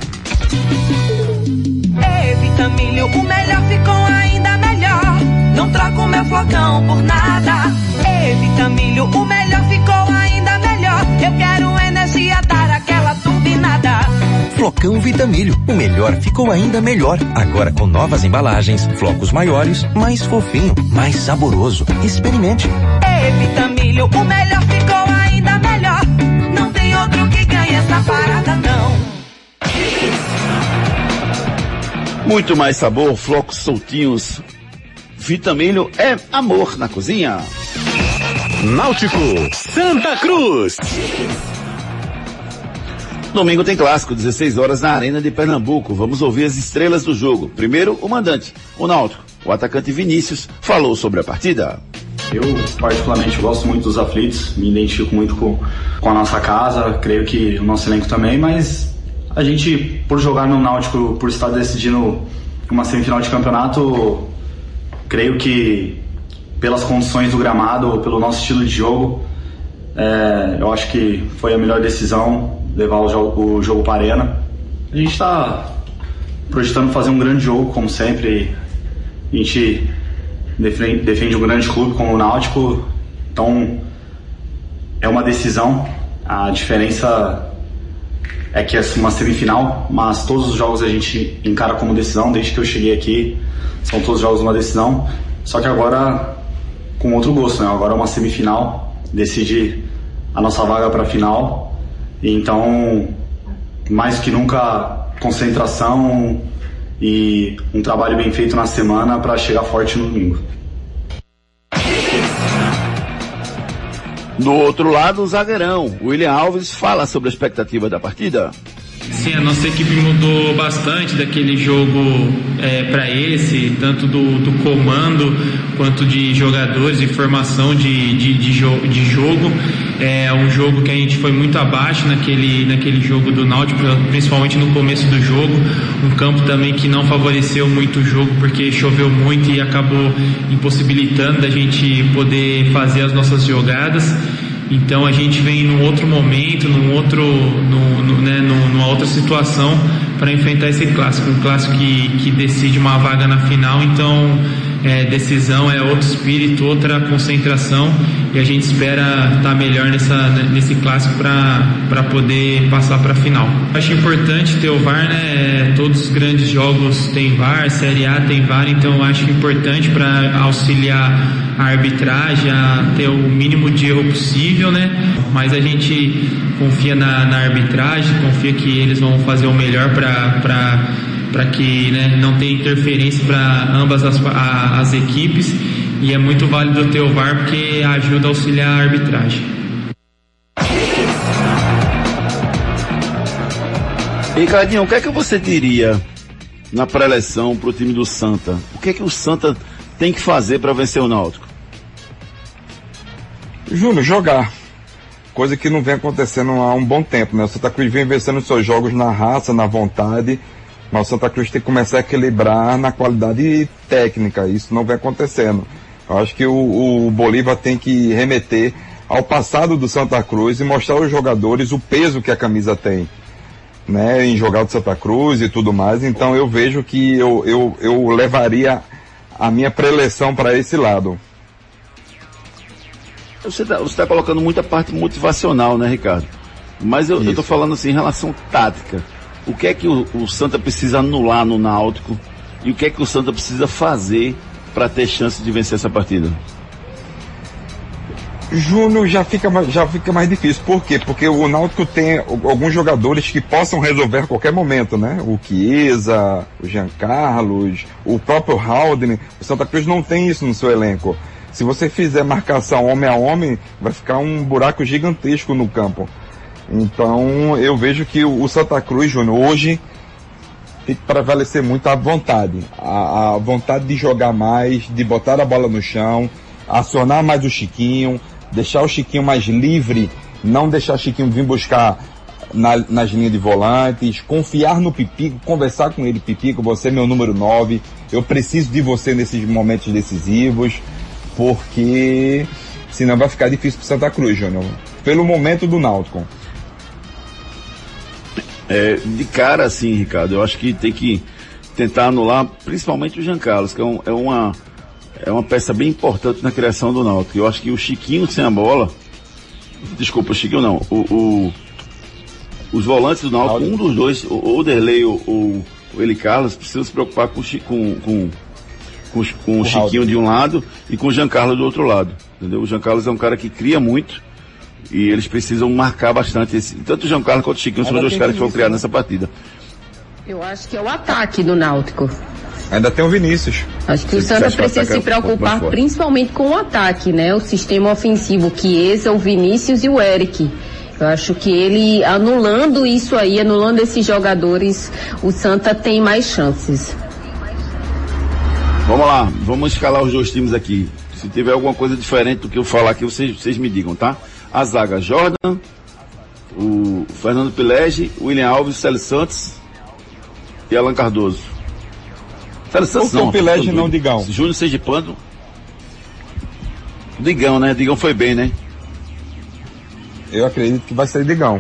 Ei, Vitamilho, o melhor ficou ainda melhor. Não troco meu flocão por nada. Ei, Vitamilho, o melhor ficou ainda melhor. Eu quero energia, dar aquela turbinada. Flocão Vitamilho, o melhor ficou ainda melhor. Agora com novas embalagens, flocos maiores, mais fofinho, mais saboroso. Experimente. Ei, Vitamilho, o melhor ficou ainda melhor. Não tem outro que ganhe essa parada, não. Muito mais sabor, flocos soltinhos. Vitamilho é amor na cozinha. Náutico, Santa Cruz. Domingo tem clássico, 16 horas na Arena de Pernambuco. Vamos ouvir as estrelas do jogo. Primeiro, o mandante, o Náutico. O atacante Vinícius falou sobre a partida. Eu, particularmente, gosto muito dos aflitos, me identifico muito com a nossa casa, creio que o nosso elenco também, mas a gente, por jogar no Náutico, por estar decidindo uma semifinal de campeonato, creio que pelas condições do gramado, pelo nosso estilo de jogo, Eu acho que foi a melhor decisão levar o jogo para a Arena. A gente está projetando fazer um grande jogo, como sempre. A gente defende um grande clube como o Náutico, então é uma decisão. A diferença é que é uma semifinal, mas todos os jogos a gente encara como decisão. Desde que eu cheguei aqui, são todos os jogos uma decisão, só que agora com outro gosto, né? Agora é uma semifinal, decide a nossa vaga para a final, então mais que nunca concentração e um trabalho bem feito na semana para chegar forte no domingo. Do outro lado, o zagueirão, William Alves, fala sobre a expectativa da partida. Sim, a nossa equipe mudou bastante daquele jogo para esse, tanto do comando quanto de jogadores e formação de jogo. É um jogo que a gente foi muito abaixo naquele jogo do Náutico, principalmente no começo do jogo. Um campo também que não favoreceu muito o jogo porque choveu muito e acabou impossibilitando da gente poder fazer as nossas jogadas. Então a gente vem num outro momento, numa outra situação para enfrentar esse clássico, um clássico que decide uma vaga na final. Então decisão é outro espírito, outra concentração, e a gente espera estar melhor nesse clássico para poder passar para a final. Acho importante ter o VAR, né? Todos os grandes jogos têm VAR, Série A tem VAR, então acho importante para auxiliar a arbitragem a ter o mínimo de erro possível, né? Mas a gente confia na arbitragem, confia que eles vão fazer o melhor para que, né, não tenha interferência para ambas as equipes, e é muito válido ter o VAR porque ajuda a auxiliar a arbitragem. Ricardinho, o que é que você diria na pré-eleição para o time do Santa? O que é que o Santa tem que fazer para vencer o Náutico? Júnior, jogar. Coisa que não vem acontecendo há um bom tempo, né? O Santa Cruz vem vencendo os seus jogos na raça, na vontade, mas o Santa Cruz tem que começar a equilibrar na qualidade técnica. Isso não vem acontecendo. Eu acho que o Bolívar tem que remeter ao passado do Santa Cruz e mostrar aos jogadores o peso que a camisa tem, né? Em jogar do Santa Cruz e tudo mais. Então eu vejo que eu levaria a minha pré-eleição para esse lado. Você está colocando muita parte motivacional, né, Ricardo? Mas eu estou falando assim em relação tática. O que é que o Santa precisa anular no Náutico e o que é que o Santa precisa fazer para ter chance de vencer essa partida? Júnior, já fica mais difícil. Por quê? Porque o Náutico tem alguns jogadores que possam resolver a qualquer momento, né? O Chiesa, o Jean Carlos, o próprio Haldane. O Santa Cruz não tem isso no seu elenco. Se você fizer marcação homem a homem, vai ficar um buraco gigantesco no campo. Então, eu vejo que o Santa Cruz, Júnior, hoje tem que prevalecer muito a vontade. A vontade de jogar mais, de botar a bola no chão, acionar mais o Chiquinho, deixar o Chiquinho mais livre, não deixar o Chiquinho vir buscar nas linhas de volantes, confiar no Pipico, conversar com ele: Pipico, você é meu número 9, eu preciso de você nesses momentos decisivos, porque senão vai ficar difícil pro Santa Cruz, Júnior, pelo momento do Náutico. De cara, assim, Ricardo, eu acho que tem que tentar anular principalmente o Jean Carlos, que é uma peça bem importante na criação do Náutico. Eu acho que o Chiquinho sem a bola, desculpa, o Chiquinho não, os volantes do Náutico, um dos dois, o Derlei ou o Eli Carlos, precisam se preocupar com o Chiquinho de um lado e com o Jean Carlos do outro lado, entendeu? O Jean Carlos é um cara que cria muito e eles precisam marcar bastante tanto o Jean Carlos quanto o Chiquinho são os dois caras que vão criar nessa partida. Eu acho que é o ataque do Náutico. Ainda tem o Vinícius. Acho que o Santa precisa se preocupar principalmente com o ataque, né? O sistema ofensivo, que esse é o Vinícius e o Eric. Eu acho que ele, anulando isso aí, anulando esses jogadores, o Santa tem mais chances. Vamos lá, vamos escalar os dois times aqui. Se tiver alguma coisa diferente do que eu falar aqui, vocês me digam, tá? A zaga: Jordan, o Fernando Pilege, o William Alves, o Célio Santos e Alan Cardoso. Célio Santos não. O Pilege não, Digão. Júnior Sergipano. Digão, né? Digão foi bem, né? eu acredito que vai ser Digão.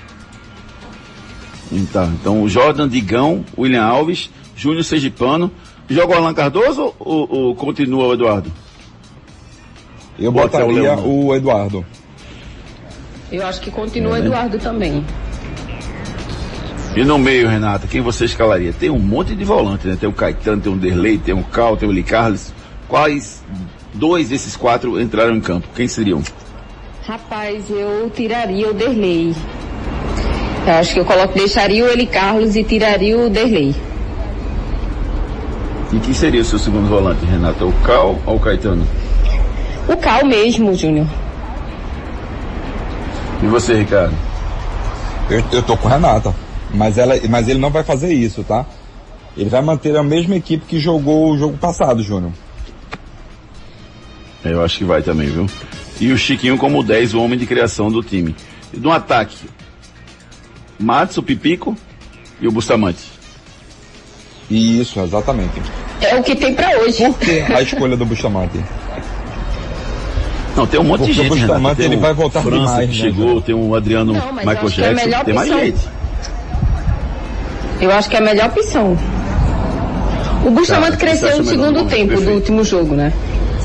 Então o Jordan, Digão, William Alves, Júnior Sergipano. Joga o Alan Cardoso ou continua o Eduardo? Eu botaria o Eduardo. Eu acho que continua o Eduardo também. E no meio, Renata, quem você escalaria? Tem um monte de volante, né? Tem o Caetano, tem o Derlei, tem o Cal, tem o Eli Carlos. Quais 2 desses 4 entraram em campo? Quem seriam? Rapaz, eu tiraria o Derlei. Eu acho que eu deixaria o Eli Carlos e tiraria o Derlei. E quem seria o seu segundo volante, Renata? O Cal ou o Caetano? O Cal mesmo, Júnior. E você, Ricardo? Eu tô com a Renata, mas ele não vai fazer isso, tá? Ele vai manter a mesma equipe que jogou o jogo passado, Júnior. Eu acho que vai também, viu? E o Chiquinho como 10, o homem de criação do time. E no ataque, Matos, o Pipico e o Bustamante. Isso, exatamente. É o que tem pra hoje. Por que a escolha do Bustamante? Não, tem um monte de gente. O Bustamante ele vai voltar França demais, que chegou, tem o Adriano Michael Jackson, tem mais gente. Eu acho que é a melhor opção. O Bustamante cresceu no segundo tempo do último jogo, né?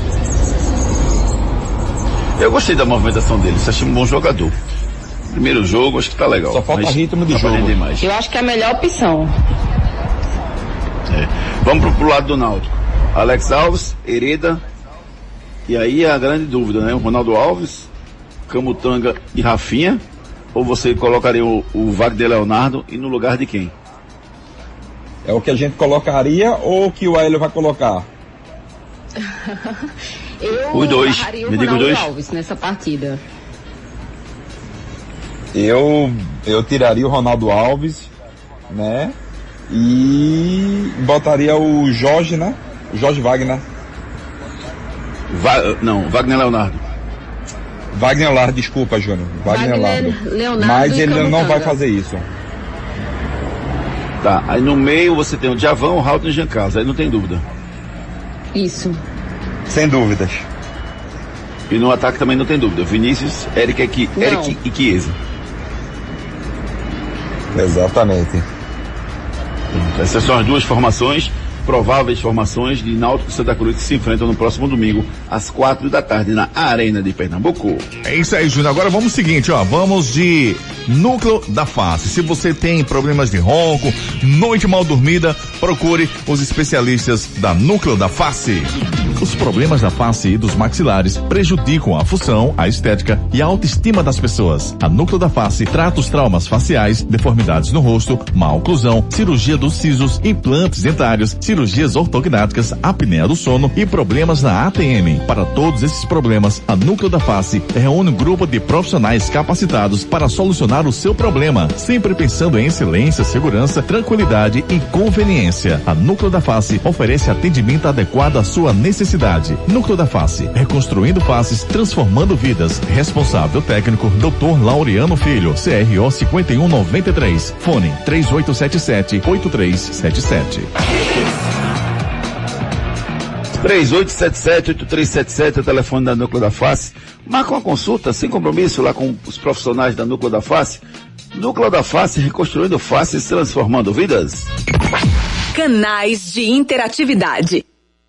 Eu gostei da movimentação dele, você acha um bom jogador. Primeiro jogo, acho que tá legal. Só falta ritmo de jogo. Eu acho que é a melhor opção. Vamos pro lado do Náutico. Alex Alves, Hereda. E aí a grande dúvida, né? O Ronaldo Alves, Camutanga e Rafinha. Ou você colocaria o Wagner Leonardo e no lugar de quem? É o que a gente colocaria ou o que o Hélio vai colocar? Eu os dois. Me diga os dois. Alves nessa partida. Eu tiraria o Ronaldo Alves, né? E botaria o Jorge, né? O Jorge Wagner. Wagner Leonardo. Wagner Leonardo, desculpa, Júnior. Wagner Leonardo. Mas ele não vai fazer isso. Tá, aí no meio você tem o Djavan, o Raul e o Jean Carlos, aí não tem dúvida. Isso. Sem dúvidas. E no ataque também não tem dúvida. Vinícius, Eric e Chiesa. Exatamente. Essas são as duas formações, prováveis formações de Náutico e Santa Cruz que se enfrentam no próximo domingo, às 4h na Arena de Pernambuco. É isso aí, Júnior. Agora vamos o seguinte, vamos de Núcleo da Face. Se você tem problemas de ronco, noite mal dormida, procure os especialistas da Núcleo da Face. Os problemas da face e dos maxilares prejudicam a função, a estética e a autoestima das pessoas. A Núcleo da Face trata os traumas faciais, deformidades no rosto, má oclusão, cirurgia dos sisos, implantes dentários, cirurgias ortognáticas, apneia do sono e problemas na ATM. Para todos esses problemas, a Núcleo da Face reúne um grupo de profissionais capacitados para solucionar o seu problema, sempre pensando em excelência, segurança, tranquilidade e conveniência. A Núcleo da Face oferece atendimento adequado à sua necessidade. Núcleo da Face, reconstruindo faces, transformando vidas. Responsável técnico, Dr. Laureano Filho, CRO 5193. Fone 3877-8377. 3877-8377 é o telefone da Núcleo da Face. Marca uma consulta sem compromisso lá com os profissionais da Núcleo da Face. Núcleo da Face, reconstruindo faces, transformando vidas. Canais de interatividade.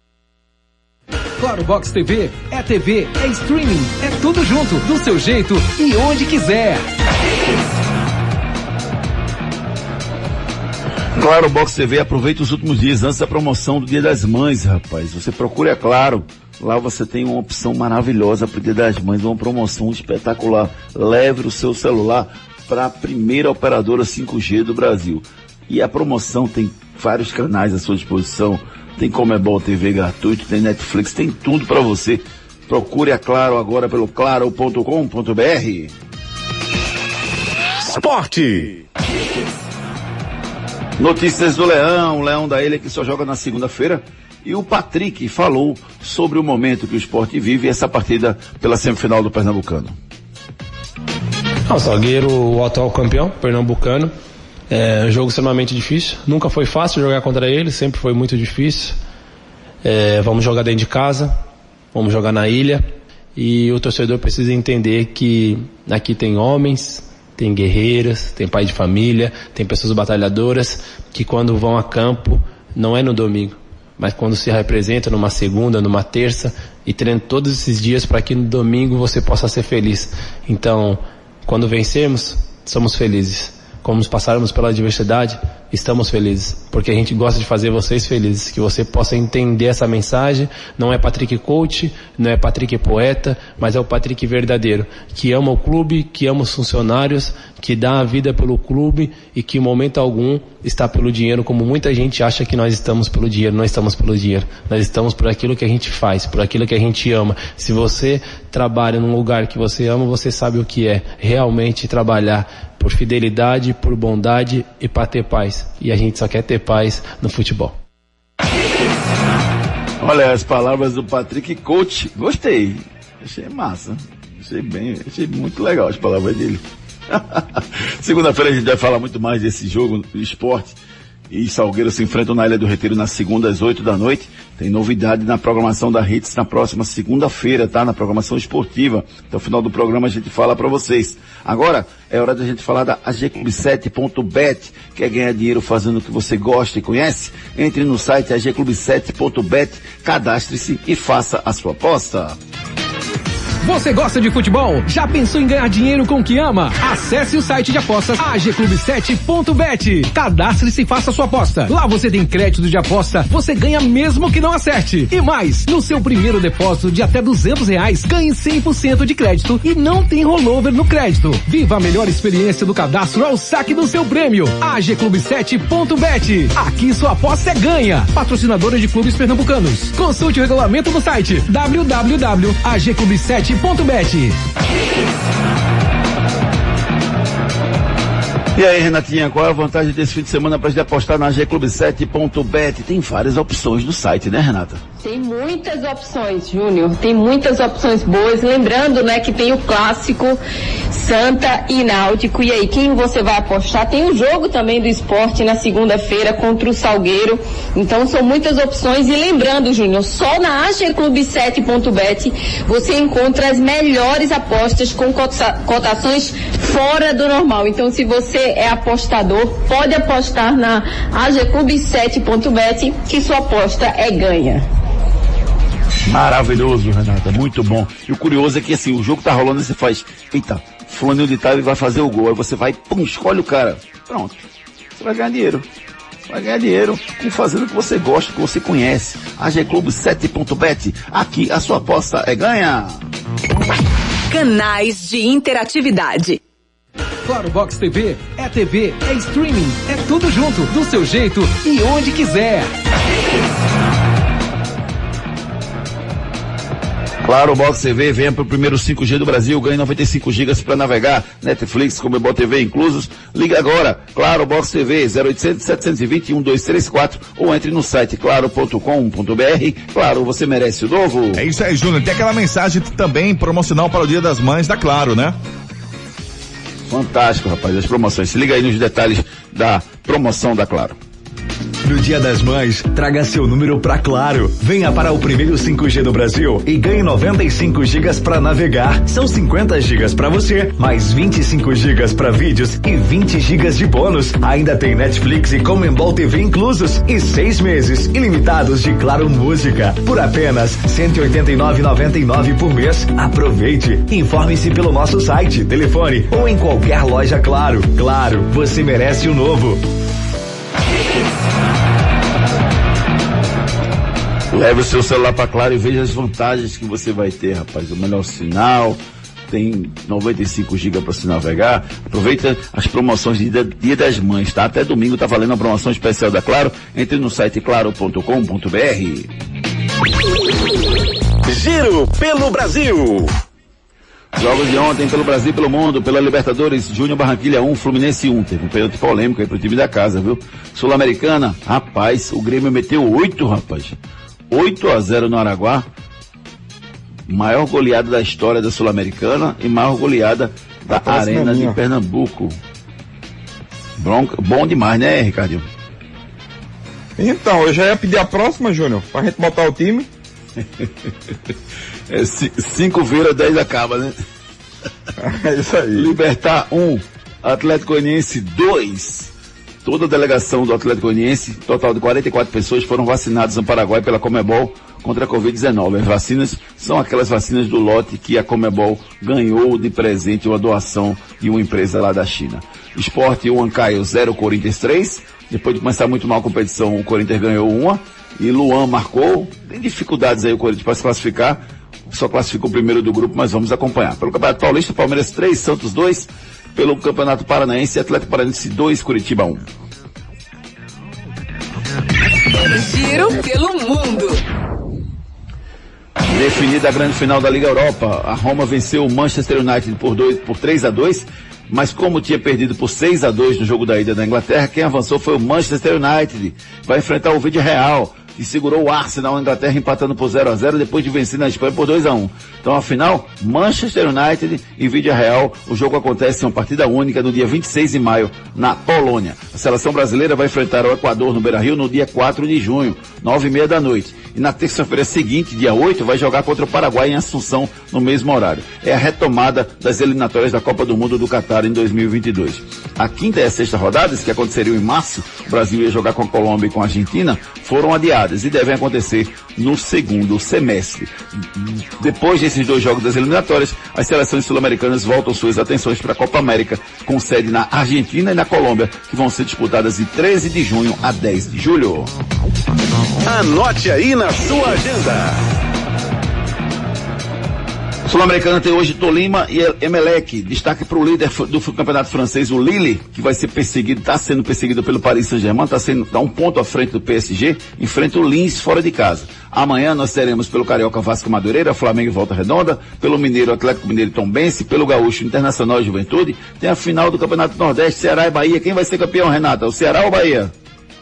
Claro Box TV é streaming, é tudo junto, do seu jeito e onde quiser. Claro Box TV, aproveita os últimos dias antes da promoção do Dia das Mães, rapaz. Você procure a Claro. Lá você tem uma opção maravilhosa para o Dia das Mães, uma promoção espetacular. Leve o seu celular para a primeira operadora 5G do Brasil. E a promoção tem vários canais à sua disposição. Tem Comebol TV gratuito, tem Netflix, tem tudo para você. Procure a Claro agora pelo claro.com.br. Esporte. Notícias do Leão, o Leão da Ilha que só joga na segunda-feira. E o Patrick falou sobre o momento que o Sport vive essa partida pela semifinal do Pernambucano. O zagueiro, o atual campeão pernambucano. É um jogo extremamente difícil. Nunca foi fácil jogar contra ele, sempre foi muito difícil. Vamos jogar dentro de casa, vamos jogar na ilha. e o torcedor precisa entender que aqui tem homens, tem guerreiras, tem pai de família, tem pessoas batalhadoras que quando vão a campo não é no domingo, mas quando se representa numa segunda, numa terça e treina todos esses dias para que no domingo você possa ser feliz. Então, quando vencermos, somos felizes. Como passarmos pela adversidade, estamos felizes, porque a gente gosta de fazer vocês felizes, que você possa entender essa mensagem. Não é Patrick Coach, não é Patrick Poeta, mas é o Patrick verdadeiro, que ama o clube, que ama os funcionários, que dá a vida pelo clube e que em momento algum está pelo dinheiro, como muita gente acha que nós estamos pelo dinheiro. Não estamos pelo dinheiro, nós estamos por aquilo que a gente faz, por aquilo que a gente ama. Se você trabalha num lugar que você ama, você sabe o que é realmente trabalhar por fidelidade, por bondade e para ter paz. E a gente só quer ter paz no futebol. Olha as palavras do Patrick Coach. Gostei. Achei massa. Achei muito legal as palavras dele. Segunda-feira a gente vai falar muito mais desse jogo do Sport e Salgueiro se enfrentam na Ilha do Retiro na segunda às 8 da noite. Tem novidade na programação da Hits na próxima segunda-feira, tá? Na programação esportiva. Até o final do programa a gente fala pra vocês. Agora é hora da gente falar da agclub7.bet. Quer ganhar dinheiro fazendo o que você gosta e conhece? Entre no site agclub7.bet, cadastre-se e faça a sua aposta. Você gosta de futebol? Já pensou em ganhar dinheiro com o que ama? Acesse o site de apostas agclub7.bet. Cadastre-se e faça sua aposta. Lá você tem crédito de aposta, você ganha mesmo que não acerte. E mais, no seu primeiro depósito de até R$200, ganhe 100% de crédito e não tem rollover no crédito. Viva a melhor experiência do cadastro ao saque do seu prêmio. agclub7.bet. Aqui sua aposta é ganha. Patrocinadora de clubes pernambucanos. Consulte o regulamento no site www.agclub7.bet. E aí, Renatinha, qual é a vantagem desse fim de semana para gente apostar na agclub7.bet? Tem várias opções no site, né, Renata? Tem muitas opções, Júnior. Tem muitas opções boas. Lembrando, né, que tem o clássico Santa e Náutico. E aí, quem você vai apostar? Tem o jogo também do Sport na segunda-feira contra o Salgueiro. Então, são muitas opções. E lembrando, Júnior, só na agclub7.bet você encontra as melhores apostas com cotações fora do normal. Então, se você é apostador, pode apostar na agclub7.bet que sua aposta é ganha. Maravilhoso, Renata, muito bom. E o curioso é que assim, o jogo tá rolando e você faz, eita, fulano de tal, ele vai fazer o gol. Aí você vai, pum, escolhe o cara. Pronto. Você vai ganhar dinheiro. Vai ganhar dinheiro com fazendo o que você gosta, que você conhece. agclub7.bet. Aqui a sua aposta é ganha. Canais de interatividade. Claro Box TV, é streaming, é tudo junto, do seu jeito e onde quiser. Claro, Box TV, venha pro primeiro 5G do Brasil, ganhe 95 GB para navegar, Netflix, Comebol TV inclusos. Liga agora, Claro Box TV, 0800 720 1234 ou entre no site claro.com.br. Claro, você merece o novo. É isso aí, Júnior. Tem aquela mensagem também promocional para o Dia das Mães da Claro, né? Fantástico, rapaz, as promoções. Se liga aí nos detalhes da promoção da Claro. No Dia das Mães, traga seu número pra Claro. Venha para o primeiro 5G do Brasil e ganhe 95 GB para navegar. São 50 GB para você, mais 25 GB para vídeos e 20 GB de bônus. Ainda tem Netflix e Comebol TV inclusos e 6 meses ilimitados de Claro Música por apenas R$ 189,99 por mês. Aproveite. Informe-se pelo nosso site, telefone ou em qualquer loja Claro. Claro, você merece o novo. Leve o seu celular para Claro e veja as vantagens que você vai ter, rapaz. O melhor sinal, tem 95 GB para se navegar. Aproveita as promoções de Dia das Mães, tá? Até domingo tá valendo a promoção especial da Claro. Entre no site claro.com.br. Giro pelo Brasil. Jogos de ontem pelo Brasil e pelo mundo, pela Libertadores, Júnior Barranquilla 1, Fluminense 1. Teve um pênalti polêmico aí pro time da casa, viu? Sul-Americana, rapaz, o Grêmio meteu 8, rapaz. 8-0 no Araguá. Maior goleada da história da Sul-Americana e maior goleada da Arena de Pernambuco. Bom demais, né, Ricardinho? Então, eu já ia pedir a próxima, Júnior, pra gente botar o time. 5 vira, 10 acaba, né? É isso aí. Libertar 1, Atlético Goianiense 2. Toda a delegação do Atlético Goianiense, total de 44 pessoas, foram vacinadas no Paraguai pela Conmebol contra a Covid-19. As vacinas são aquelas vacinas do lote que a Conmebol ganhou de presente, uma doação de uma empresa lá da China. Sport 1, Huancayo 0, Corinthians 3. Depois de começar muito mal a competição, o Corinthians ganhou 1. E Luan marcou. Tem dificuldades aí o Corinthians para se classificar. Só classificou o primeiro do grupo, mas vamos acompanhar. Pelo Campeonato Paulista, Palmeiras 3, Santos 2. Pelo Campeonato Paranaense, Atlético Paranaense 2, Curitiba 1. Giro pelo mundo. Definida a grande final da Liga Europa, a Roma venceu o Manchester United por 3-2, mas como tinha perdido por 6-2 no jogo da ida da Inglaterra, quem avançou foi o Manchester United. Vai enfrentar o Villarreal, que segurou o Arsenal na Inglaterra empatando por 0-0 depois de vencer na Espanha por 2-1. Então, afinal, Manchester United e Villarreal, o jogo acontece em uma partida única no dia 26 de maio, na Polônia. A seleção brasileira vai enfrentar o Equador no Beira-Rio no dia 4 de junho, 9h30 da noite. E na terça-feira seguinte, dia 8, vai jogar contra o Paraguai em Assunção, no mesmo horário. É a retomada das eliminatórias da Copa do Mundo do Catar em 2022. A quinta e a sexta rodadas, que aconteceriam em março, o Brasil ia jogar com a Colômbia e com a Argentina, foram adiadas e devem acontecer no segundo semestre. Depois desses 2 jogos das eliminatórias, as seleções sul-americanas voltam suas atenções para a Copa América, com sede na Argentina e na Colômbia, que vão ser disputadas de 13 de junho a 10 de julho. Anote aí na sua agenda. Sul-Americana tem hoje Tolima e Emelec. Destaque para o líder do campeonato francês, o Lille, que vai ser perseguido, está sendo perseguido pelo Paris Saint-Germain, está um ponto à frente do PSG, enfrenta o Lins fora de casa. Amanhã nós teremos pelo Carioca Vasco Madureira, Flamengo e Volta Redonda, pelo Mineiro Atlético Mineiro e Tombense, pelo Gaúcho Internacional e Juventude. Tem a final do Campeonato Nordeste, Ceará e Bahia. Quem vai ser campeão, Renata? O Ceará ou o Bahia?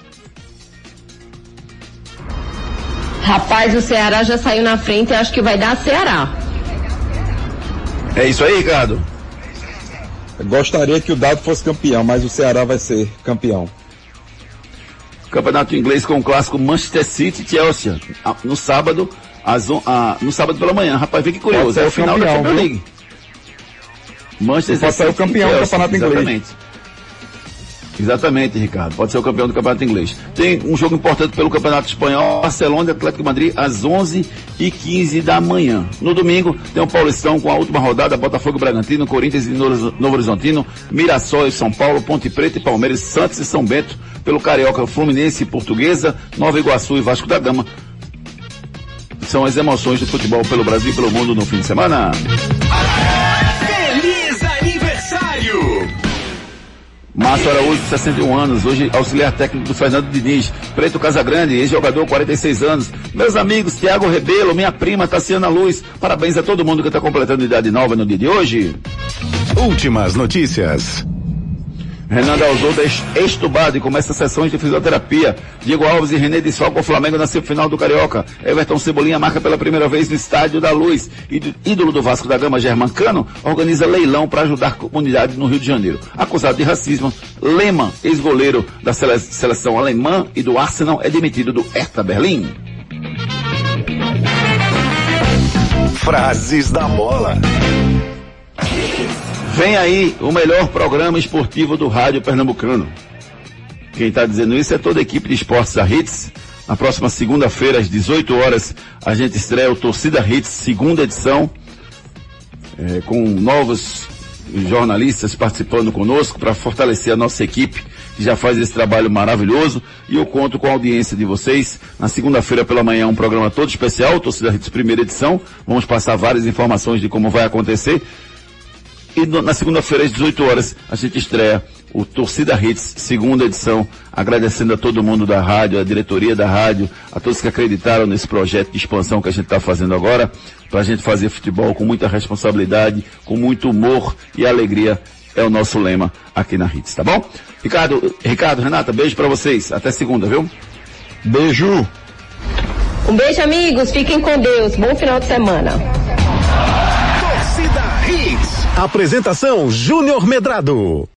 Rapaz, o Ceará já saiu na frente e acho que vai dar Ceará. É isso aí, Ricardo? Eu gostaria que o Dado fosse campeão, mas o Ceará vai ser campeão. Campeonato inglês com o clássico Manchester City e Chelsea. No sábado, no sábado pela manhã. Rapaz, vê que curioso. É o final da Champions League. Manchester City. Pode ser o campeão do campeonato inglês. Exatamente, Ricardo. Pode ser o campeão do campeonato inglês. Tem um jogo importante pelo campeonato espanhol, Barcelona e Atlético de Madrid, às 11h15 da manhã. No domingo, tem o Paulistão com a última rodada, Botafogo e Bragantino, Corinthians e Novo Horizontino, Mirassol e São Paulo, Ponte Preta e Palmeiras, Santos e São Bento, pelo Carioca, Fluminense e Portuguesa, Nova Iguaçu e Vasco da Gama. São as emoções do futebol pelo Brasil e pelo mundo no fim de semana. Feliz aniversário! Márcio Araújo, 61 anos, hoje auxiliar técnico do Fernando Diniz. Preto Casagrande, ex-jogador, 46 anos. Meus amigos, Tiago Rebelo, minha prima, Tassiana Luz. Parabéns a todo mundo que está completando idade nova no dia de hoje. Últimas notícias. Renan Dalzotto é estubado e começa sessões de fisioterapia. Diego Alves e René desfalcam o Flamengo na semifinal do Carioca. Everton Cebolinha marca pela primeira vez no Estádio da Luz. Ídolo do Vasco da Gama, Germancano, organiza leilão para ajudar a comunidade no Rio de Janeiro. Acusado de racismo, Lehmann, ex-goleiro da seleção alemã e do Arsenal, é demitido do Hertha Berlim. Frases da bola. Vem aí o melhor programa esportivo do rádio pernambucano. Quem está dizendo isso é toda a equipe de esportes da Hits. Na próxima segunda-feira, às 18 horas, a gente estreia o Torcida Hits, segunda edição, com novos jornalistas participando conosco para fortalecer a nossa equipe, que já faz esse trabalho maravilhoso. E eu conto com a audiência de vocês. Na segunda-feira pela manhã, um programa todo especial, Torcida Hits, primeira edição. Vamos passar várias informações de como vai acontecer. E na segunda-feira, às 18 horas, a gente estreia o Torcida Hits, segunda edição, agradecendo a todo mundo da rádio, a diretoria da rádio, a todos que acreditaram nesse projeto de expansão que a gente está fazendo agora, para a gente fazer futebol com muita responsabilidade, com muito humor e alegria, é o nosso lema aqui na Hits, tá bom? Ricardo, Renata, beijo para vocês, até segunda, viu? Beijo! Um beijo, amigos, fiquem com Deus, bom final de semana. Torcida Hits. Apresentação Júnior Medrado.